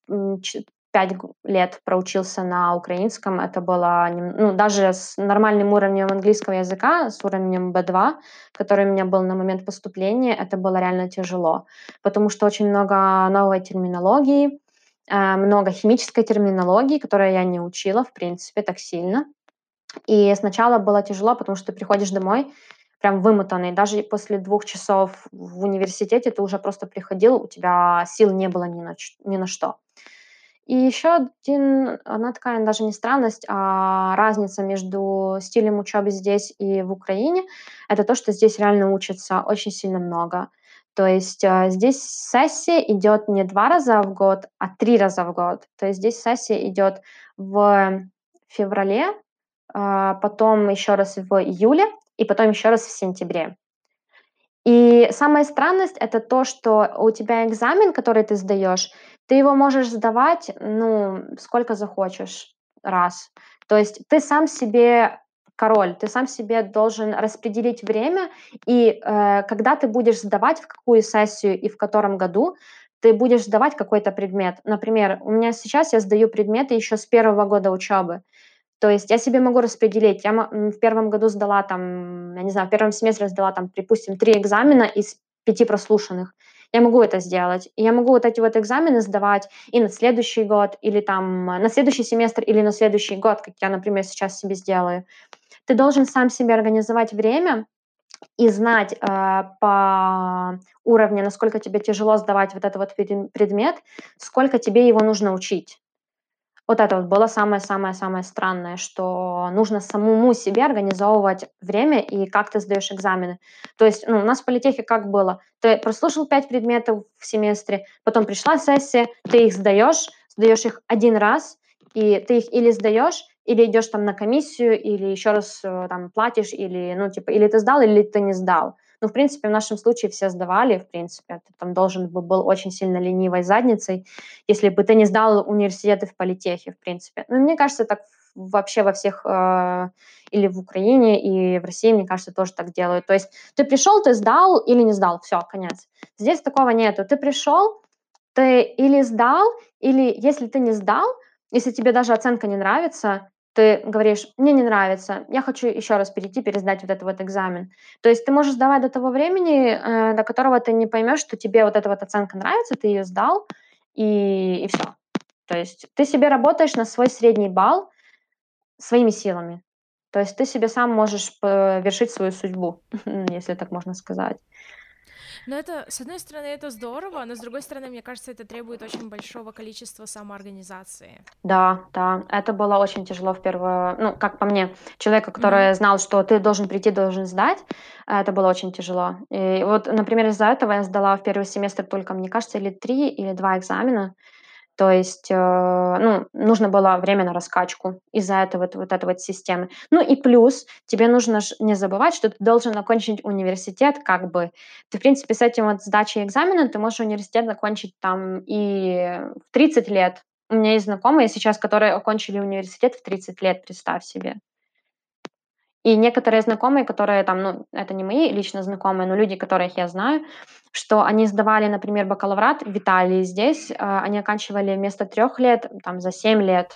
[SPEAKER 2] 5 лет проучился на украинском, это было, ну, даже с нормальным уровнем английского языка, с уровнем B2, который у меня был на момент поступления, это было реально тяжело, потому что очень много новой терминологии, много химической терминологии, которую я не учила, в принципе, так сильно. И сначала было тяжело, потому что ты приходишь домой прям вымотанный. Даже после 2 часов в университете ты уже просто приходил, у тебя сил не было ни на что. И еще одна такая даже не странность, а разница между стилем учебы здесь и в Украине, это то, что здесь реально учатся очень сильно много. То есть здесь сессия идет не 2 раза в год, а 3 раза в год. То есть здесь сессия идет в феврале, потом еще раз в июле и потом еще раз в сентябре. И самая странность - это то, что у тебя экзамен, который ты сдаешь, ты его можешь сдавать, ну, сколько захочешь раз. То есть ты сам себе король, ты сам себе должен распределить время, и, когда ты будешь сдавать, в какую сессию и в котором году ты будешь сдавать какой-то предмет. Например, у меня сейчас я сдаю предметы еще с 1 года учебы. То есть я себе могу распределить. В 1 году сдала там, я не знаю, в 1 семестре сдала там, припустим, 3 экзамена из 5 прослушанных. Я могу это сделать. И я могу вот эти вот экзамены сдавать и на следующий год, или там на следующий семестр, или на следующий год, как я, например, сейчас себе сделаю. Ты должен сам себе организовать время и знать по уровню, насколько тебе тяжело сдавать вот этот вот предмет, сколько тебе его нужно учить. Вот это вот было самое-самое-самое странное, что нужно самому себе организовывать время и как ты сдаешь экзамены. То есть, ну, у нас в политехе как было? Ты прослушал 5 предметов в семестре, потом пришла сессия, ты их сдаешь их 1 раз, и ты их или сдаешь, или идешь там на комиссию, или еще раз там платишь, или, ну, типа, или ты сдал, или ты не сдал. Ну, в принципе, в нашем случае все сдавали, в принципе. Ты там должен был очень сильно ленивой задницей, если бы ты не сдал университеты в политехе, в принципе. Ну, мне кажется, так вообще во всех, или в Украине, и в России, мне кажется, тоже так делают. То есть ты пришел, ты сдал или не сдал, все, конец. Здесь такого нету. Ты пришел, ты или сдал, или если ты не сдал, если тебе даже оценка не нравится, ты говоришь: "Мне не нравится, я хочу еще раз перейти, пересдать вот этот вот экзамен". То есть ты можешь сдавать до того времени, до которого ты не поймешь, что тебе вот эта вот оценка нравится, ты ее сдал, и все. То есть ты себе работаешь на свой средний балл своими силами. То есть ты себе сам можешь вершить свою судьбу, если так можно сказать.
[SPEAKER 1] Но это, с одной стороны, это здорово, но с другой стороны, мне кажется, это требует очень большого количества самоорганизации.
[SPEAKER 2] Да, да, это было очень тяжело в первую, ну, как по мне, человека,
[SPEAKER 1] Мгм.
[SPEAKER 2] который знал, что ты должен прийти, должен сдать, это было очень тяжело. И вот, например, из-за этого я сдала в первый семестр только, мне кажется, или 3 или 2 экзамена. То есть, ну, нужно было время на раскачку из-за этого вот этой вот системы. Ну и плюс тебе нужно ж не забывать, что ты должен окончить университет как бы. Ты, в принципе, с этим вот сдачей экзамена ты можешь университет закончить там и в 30 лет. У меня есть знакомые сейчас, которые окончили университет в 30 лет, представь себе. И некоторые знакомые, которые там, ну, это не мои лично знакомые, но люди, которых я знаю, что они сдавали, например, бакалаврат в Италии здесь, они оканчивали вместо 3 лет, там, за 7 лет.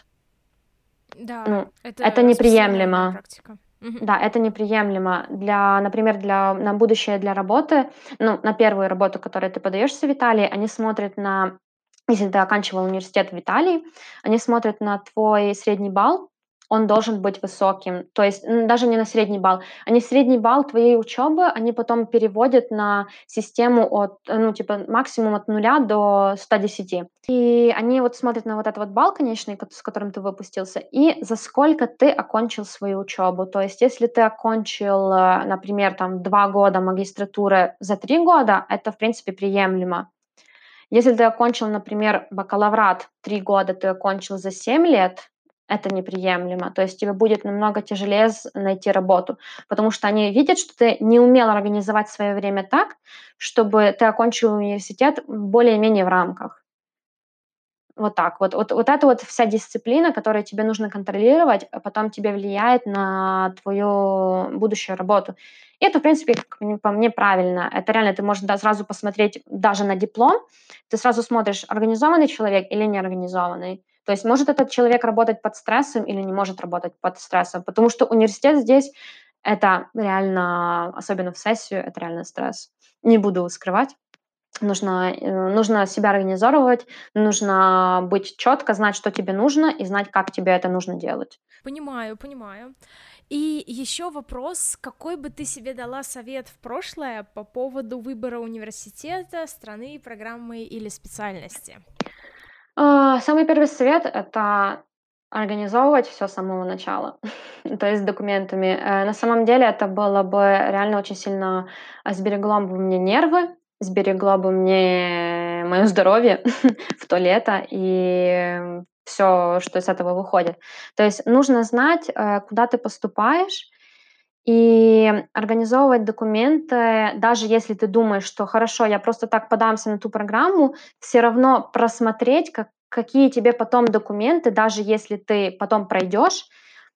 [SPEAKER 1] Да,
[SPEAKER 2] Ну, это
[SPEAKER 1] это распространенная
[SPEAKER 2] неприемлемо.
[SPEAKER 1] практика. Мгм.
[SPEAKER 2] Да, это неприемлемо. Для, например, на будущее, для работы, ну, на первую работу, которую ты подаешься в Италии, они смотрят на, если ты оканчивал университет в Италии, они смотрят на твой средний балл, он должен быть высоким. То есть даже не на средний балл. Они средний балл твоей учебы, они потом переводят на систему от, ну, типа, максимум от 0 до 110. И они вот смотрят на вот этот вот балл конечный, с которым ты выпустился, и за сколько ты окончил свою учебу. То есть если ты окончил, например, там 2 года магистратуры за 3 года, это, в принципе, приемлемо. Если ты окончил, например, бакалаврат 3 года, ты окончил за 7 лет, это неприемлемо. То есть тебе будет намного тяжелее найти работу, потому что они видят, что ты не умел организовать свое время так, чтобы ты окончил университет более-менее в рамках. Вот так вот. Вот это вот вся дисциплина, которую тебе нужно контролировать, а потом тебе влияет на твою будущую работу. И это, в принципе, по мне, правильно. Это реально ты можешь, да, сразу посмотреть даже на диплом. Ты сразу смотришь, организованный человек или неорганизованный. То есть может этот человек работать под стрессом или не может работать под стрессом. Потому что университет здесь — это реально, особенно в сессию, это реально стресс. Не буду скрывать. Нужно себя организовывать, нужно быть четко, знать, что тебе нужно, и знать, как тебе это нужно делать.
[SPEAKER 1] Понимаю, понимаю. И еще вопрос, какой бы ты себе дала совет в прошлое по поводу выбора университета, страны, программы или специальности?
[SPEAKER 2] Самый первый совет — это организовывать все с самого начала, то есть с документами. На самом деле это было бы реально очень сильно, сберегло бы мне нервы, сберегло бы мне мое здоровье в то лето и все, что из этого выходит. То есть нужно знать, куда ты поступаешь, и организовывать документы, даже если ты думаешь, что хорошо, я просто так подамся на ту программу, все равно просмотреть, какие тебе потом документы, даже если ты потом пройдешь,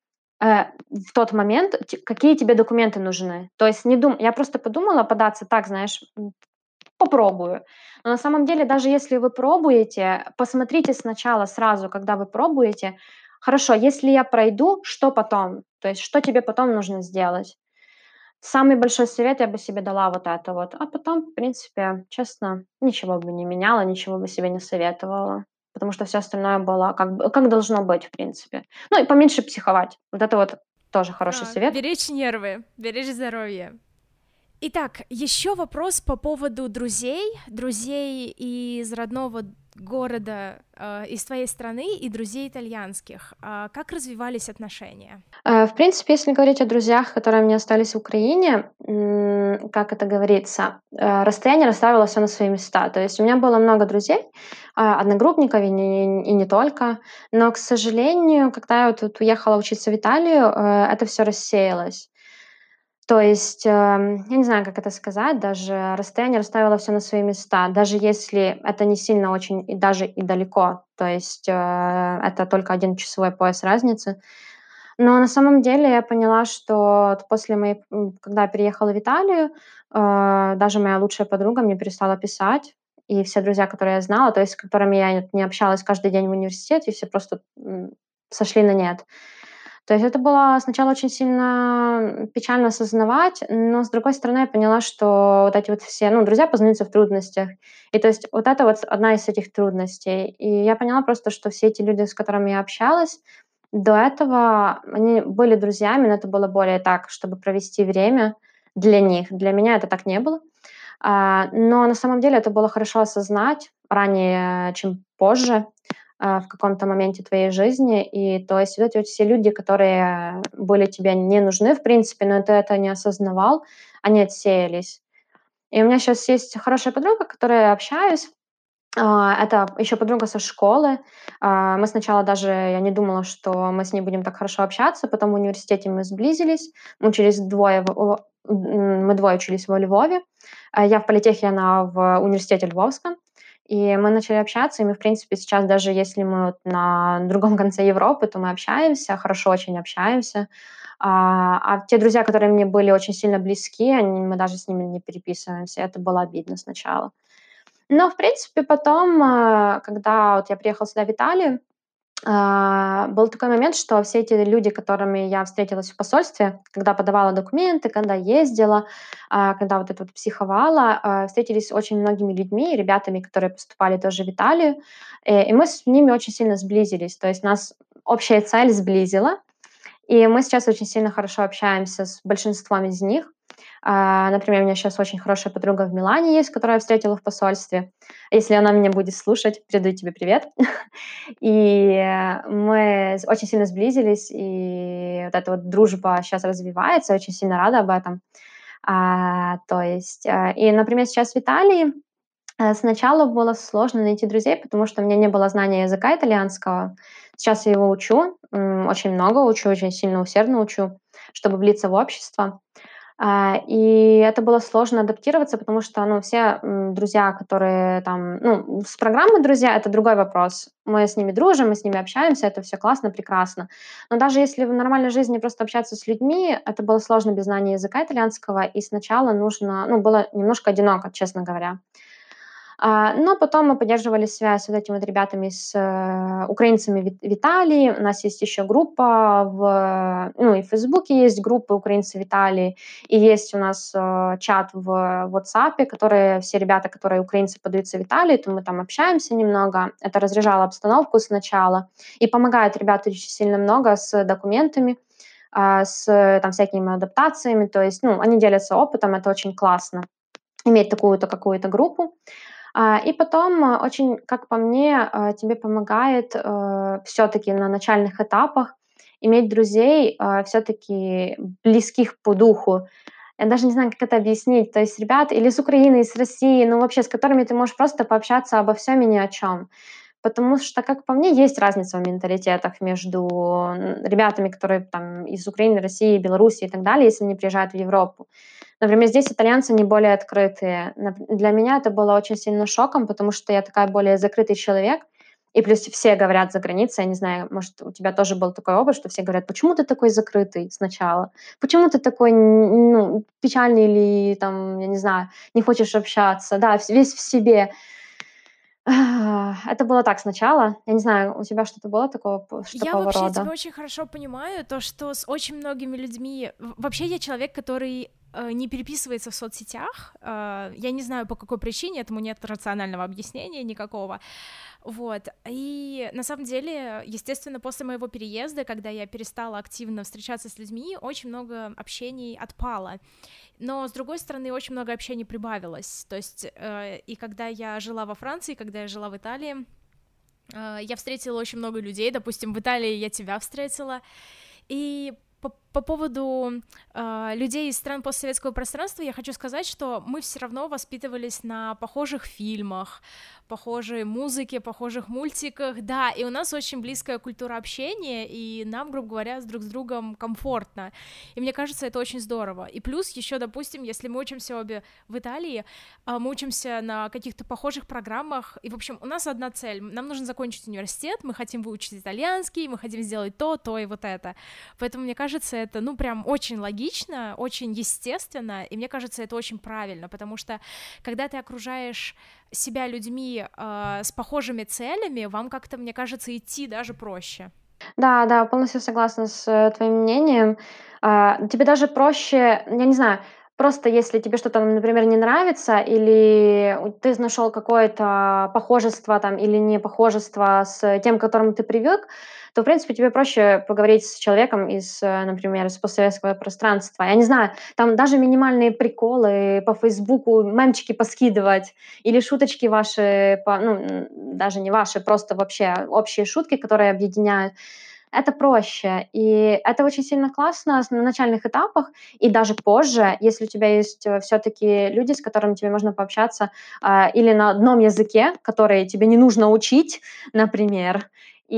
[SPEAKER 2] в тот момент, какие тебе документы нужны. То есть я просто подумала податься так, знаешь, попробую. Но на самом деле, даже если вы пробуете, посмотрите сначала сразу, когда вы пробуете, хорошо, если я пройду, что потом? То есть что тебе потом нужно сделать? Самый большой совет я бы себе дала вот это вот. А потом, в принципе, честно, ничего бы не меняла, ничего бы себе не советовала. Потому что все остальное было как должно быть, в принципе. Ну и поменьше психовать. Вот это вот тоже хороший совет.
[SPEAKER 1] Беречь нервы, беречь здоровье. Итак, еще вопрос по поводу друзей из родного города, из твоей страны и друзей итальянских. Как развивались отношения?
[SPEAKER 2] В принципе, если говорить о друзьях, которые мне остались в Украине, как это говорится, расстояние расставило все на свои места. То есть у меня было много друзей, одногруппников и не только. Но, к сожалению, когда я вот тут уехала учиться в Италию, это все рассеялось. То есть, я не знаю, как это сказать, даже расстояние расставило все на свои места, даже если это не сильно очень и даже и далеко. То есть, это только 1 часовой пояс разницы. Но на самом деле я поняла, что вот когда я переехала в Италию, даже моя лучшая подруга мне перестала писать. и все друзья, которые я знала, то есть с которыми я не общалась каждый день в университете, все просто сошли на нет. То есть это было сначала очень сильно печально осознавать, но, с другой стороны, я поняла, что вот эти вот все, друзья познаются в трудностях. И то есть вот это вот одна из этих трудностей. И я поняла просто, что все эти люди, с которыми я общалась, до этого они были друзьями, но это было более так, чтобы провести время для них. Для меня это так не было. Но на самом деле это было хорошо осознать ранее, чем позже, в каком-то моменте твоей жизни. И то есть вот эти вот все люди, которые были тебе не нужны, в принципе, но ты это не осознавал, они отсеялись. И у меня сейчас есть хорошая подруга, с которой я общаюсь. Это еще подруга со школы. Мы сначала даже, я не думала, что мы с ней будем так хорошо общаться, потом в университете мы сблизились. Мы двое учились во Львове. Я в политехе, она в университете Львовском. И мы начали общаться, и мы, в принципе, сейчас даже если мы вот на другом конце Европы, то мы общаемся, хорошо очень общаемся. А те друзья, которые мне были очень сильно близки, мы даже с ними не переписываемся. Это было обидно сначала. Но, в принципе, потом, когда вот я приехала сюда, в Италию, был такой момент, что все эти люди, которыми я встретилась в посольстве, когда подавала документы, когда ездила, когда вот это вот психовала, встретились с очень многими людьми, ребятами, которые поступали тоже в Италию, и мы с ними очень сильно сблизились. То есть нас общая цель сблизила, и мы сейчас очень сильно хорошо общаемся с большинством из них. Например, у меня сейчас очень хорошая подруга в Милане есть, которую я встретила в посольстве. Если она меня будет слушать, передаю тебе привет. И мы очень сильно сблизились, и вот эта вот дружба сейчас развивается, я очень сильно рада об этом. То есть, и, например, сейчас в Италии сначала было сложно найти друзей, потому что у меня не было знания языка итальянского. Сейчас я его учу, очень много учу, очень сильно усердно учу, чтобы влиться в общество. И это было сложно адаптироваться, потому что, все друзья, которые там, с программы друзья, это другой вопрос. Мы с ними дружим, мы с ними общаемся, это все классно, прекрасно. Но даже если в нормальной жизни просто общаться с людьми, это было сложно без знания языка итальянского, и сначала было немножко одиноко, честно говоря. Но потом мы поддерживали связь с вот этими вот ребятами, с украинцами в Италии. У нас есть еще группа и в Фейсбуке есть группы украинцы в Италии, и есть у нас чат в WhatsApp, которые все ребята, которые украинцы подаются в Италии, то мы там общаемся немного. Это разряжало обстановку сначала и помогает ребята очень сильно много с документами, с там всякими адаптациями. То есть, они делятся опытом, это очень классно иметь такую-то какую-то группу. И потом, очень, как по мне, тебе помогает все-таки на начальных этапах иметь друзей все-таки близких по духу. Я даже не знаю, как это объяснить. То есть ребят или с Украины, и с России, вообще с которыми ты можешь просто пообщаться обо всем и ни о чем. Потому что, как по мне, есть разница в менталитетах между ребятами, которые там из Украины, России, Беларуси и так далее, если они приезжают в Европу. Например, здесь итальянцы не более открытые. Для меня это было очень сильно шоком, потому что я такая более закрытый человек, и плюс все говорят за границей, я не знаю, может, у тебя тоже был такой опыт, что все говорят: почему ты такой закрытый сначала? Почему ты такой, печальный или, там, я не знаю, не хочешь общаться? Да, весь в себе. Это было так сначала. Я не знаю, у тебя что-то было
[SPEAKER 1] Я
[SPEAKER 2] такого
[SPEAKER 1] вообще
[SPEAKER 2] рода?
[SPEAKER 1] тебя очень хорошо понимаю, то, что с очень многими людьми... Вообще я человек, который не переписывается в соцсетях. Я не знаю, по какой причине, этому нет рационального объяснения никакого. Вот. И на самом деле, естественно, после моего переезда, когда я перестала активно встречаться с людьми, очень много общений отпало. Но, с другой стороны, очень много общений прибавилось. То есть, и когда я жила во Франции, когда я жила в Италии, я встретила очень много людей. Допустим, в Италии я тебя встретила. И по поводу людей из стран постсоветского пространства я хочу сказать, что мы все равно воспитывались на похожих фильмах, похожей музыке, похожих мультиках, да, и у нас очень близкая культура общения, и нам, грубо говоря, друг с другом комфортно, и мне кажется, это очень здорово. И плюс еще, допустим, если мы учимся обе в Италии, мы учимся на каких-то похожих программах, и, в общем, у нас одна цель, нам нужно закончить университет, мы хотим выучить итальянский, мы хотим сделать то и вот это, поэтому, мне кажется, это, ну, прям очень логично, очень естественно, и мне кажется, это очень правильно, потому что, когда ты окружаешь себя людьми с похожими целями, вам как-то, мне кажется, идти даже проще.
[SPEAKER 2] Да, да, полностью согласна с твоим мнением. Тебе даже проще, я не знаю, просто если тебе что-то, например, не нравится, или ты нашел какое-то похожество там или не похожество с тем, к которому ты привык, то, в принципе, тебе проще поговорить с человеком из, например, из постсоветского пространства. Я не знаю, там даже минимальные приколы по Фейсбуку, мемчики поскидывать или шуточки ваши, ну, даже не ваши, просто вообще общие шутки, которые объединяют. Это проще, и это очень сильно классно на начальных этапах, и даже позже, если у тебя есть все-таки люди, с которыми тебе можно пообщаться, или на одном языке, который тебе не нужно учить, например,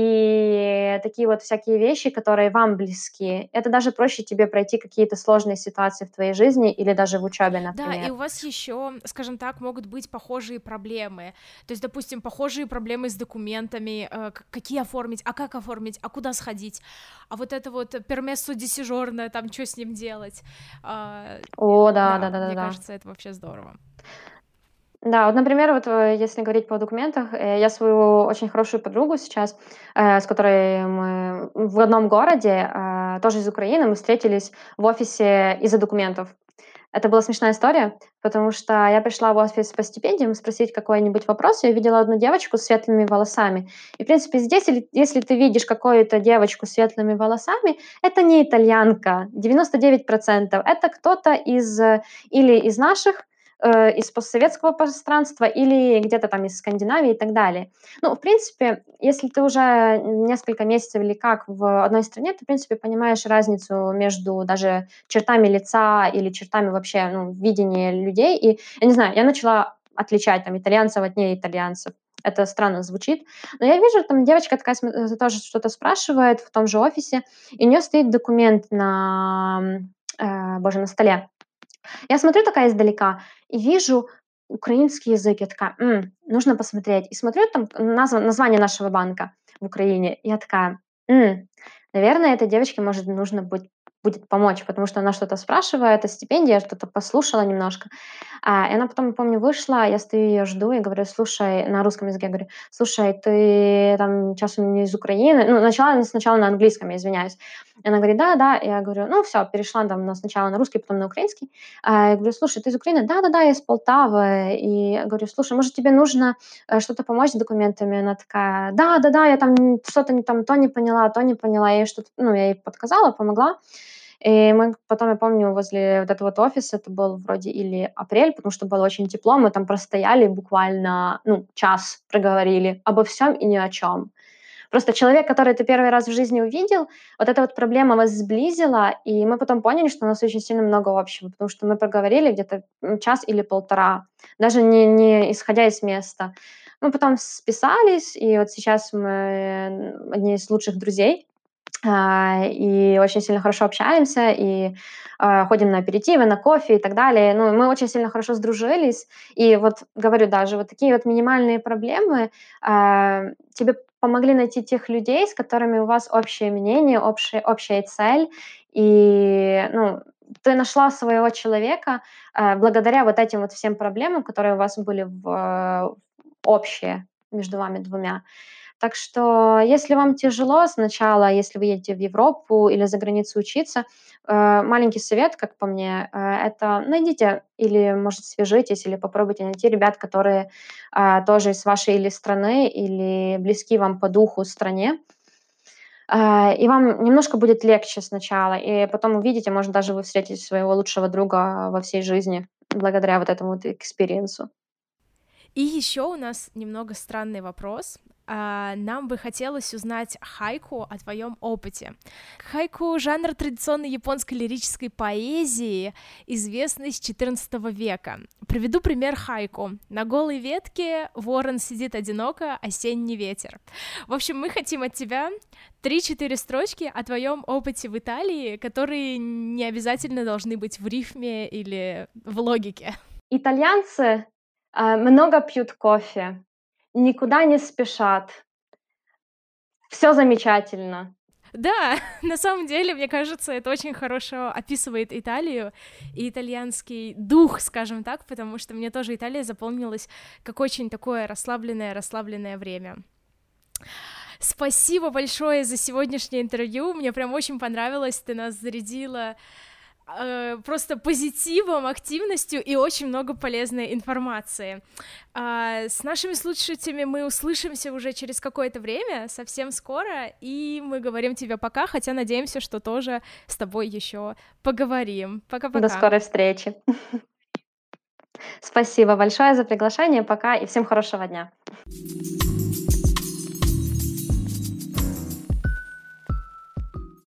[SPEAKER 2] и такие вот всякие вещи, которые вам близки. Это даже проще тебе пройти какие-то сложные ситуации в твоей жизни или даже в учебе,
[SPEAKER 1] Да, и
[SPEAKER 2] например.
[SPEAKER 1] у вас еще, скажем так, могут быть похожие проблемы. То есть, допустим, похожие проблемы с документами, какие оформить, а как оформить, а куда сходить, а вот это вот пермессо дисижорно, там что с ним делать. А,
[SPEAKER 2] О, да, да,
[SPEAKER 1] да,
[SPEAKER 2] да, да,
[SPEAKER 1] мне
[SPEAKER 2] да.
[SPEAKER 1] кажется, это вообще здорово.
[SPEAKER 2] Да, вот, например, вот, если говорить по документах, я свою очень хорошую подругу сейчас, с которой мы в одном городе, тоже из Украины, мы встретились в офисе из-за документов. Это была смешная история, потому что я пришла в офис по стипендиям спросить какой-нибудь вопрос, и я увидела одну девочку с светлыми волосами. И, в принципе, здесь, если ты видишь какую-то девочку с светлыми волосами, это не итальянка, 99%. Это кто-то или из наших, из постсоветского пространства, или где-то там из Скандинавии и так далее. Ну, в принципе, если ты уже несколько месяцев или как в одной стране, ты, в принципе, понимаешь разницу между даже чертами лица или чертами вообще, ну, видения людей. И, я не знаю, я начала отличать там итальянцев от неитальянцев. Это странно звучит. Но я вижу, там девочка такая тоже что-то спрашивает в том же офисе, и у нее стоит документ боже, на столе. Я смотрю такая издалека и вижу украинский язык. Я такая: нужно посмотреть. И смотрю, там название нашего банка в Украине. И я такая: наверное, этой девочке, может, нужно будет помочь, потому что она что-то спрашивает о стипендии, я что-то послушала немножко. И она потом, помню, вышла, я стою ее жду и говорю: слушай, на русском языке говорю: слушай, ты там часом не из Украины? Ну, начала она сначала на английском, я извиняюсь. И она говорит: да, да. Я говорю: ну, все, перешла там сначала на русский, потом на украинский. Я говорю: слушай, ты из Украины? Да, да, да, я из Полтавы. И я говорю: слушай, может, тебе нужно что-то помочь с документами? Она такая: да, да, да, я там что-то там то не поняла, то не поняла. Я ей что-то, ну, я ей подсказала, помогла. И мы потом, я помню, возле вот этого вот офиса, это был вроде или апрель, потому что было очень тепло, мы там простояли буквально, ну, час, проговорили обо всем и ни о чем. Просто человек, который ты первый раз в жизни увидел, вот эта вот проблема вас сблизила, и мы потом поняли, что у нас очень сильно много общего, потому что мы проговорили где-то час или полтора, даже не исходя из места. Мы потом списались, и вот сейчас мы одни из лучших друзей, и очень сильно хорошо общаемся, и ходим на аперитивы, на кофе и так далее. Ну, мы очень сильно хорошо сдружились. И вот говорю, даже вот такие вот минимальные проблемы тебе помогли найти тех людей, с которыми у вас общее мнение, общая цель. И, ну, ты нашла своего человека благодаря вот этим вот всем проблемам, которые у вас были общие между вами двумя. Так что, если вам тяжело сначала, если вы едете в Европу или за границу учиться, маленький совет, как по мне, это найдите или, может, свяжитесь, или попробуйте найти ребят, которые тоже из вашей или страны, или близки вам по духу стране, и вам немножко будет легче сначала, и потом увидите, может, даже вы встретите своего лучшего друга во всей жизни благодаря вот этому вот экспириенсу.
[SPEAKER 1] И еще у нас немного странный вопрос. Нам бы хотелось узнать хайку о твоем опыте. Хайку — жанр традиционной японской лирической поэзии, известный с XIV века. Приведу пример хайку. На голой ветке ворон сидит одиноко, осенний ветер. В общем, мы хотим от тебя 3-4 строчки о твоем опыте в Италии, которые не обязательно должны быть в рифме или в логике.
[SPEAKER 2] Итальянцы много пьют кофе, никуда не спешат. Все замечательно.
[SPEAKER 1] Да, на самом деле, мне кажется, это очень хорошо описывает Италию и итальянский дух, скажем так, потому что мне тоже Италия запомнилась как очень такое расслабленное время. Спасибо большое за сегодняшнее интервью, мне прям очень понравилось, ты нас зарядила просто позитивом, активностью и очень много полезной информации. С нашими слушателями мы услышимся уже через какое-то время, совсем скоро, и мы говорим тебе пока, хотя надеемся, что тоже с тобой еще поговорим.
[SPEAKER 2] До
[SPEAKER 1] Пока-пока.
[SPEAKER 2] скорой встречи. Спасибо большое за приглашение. Пока и всем хорошего дня.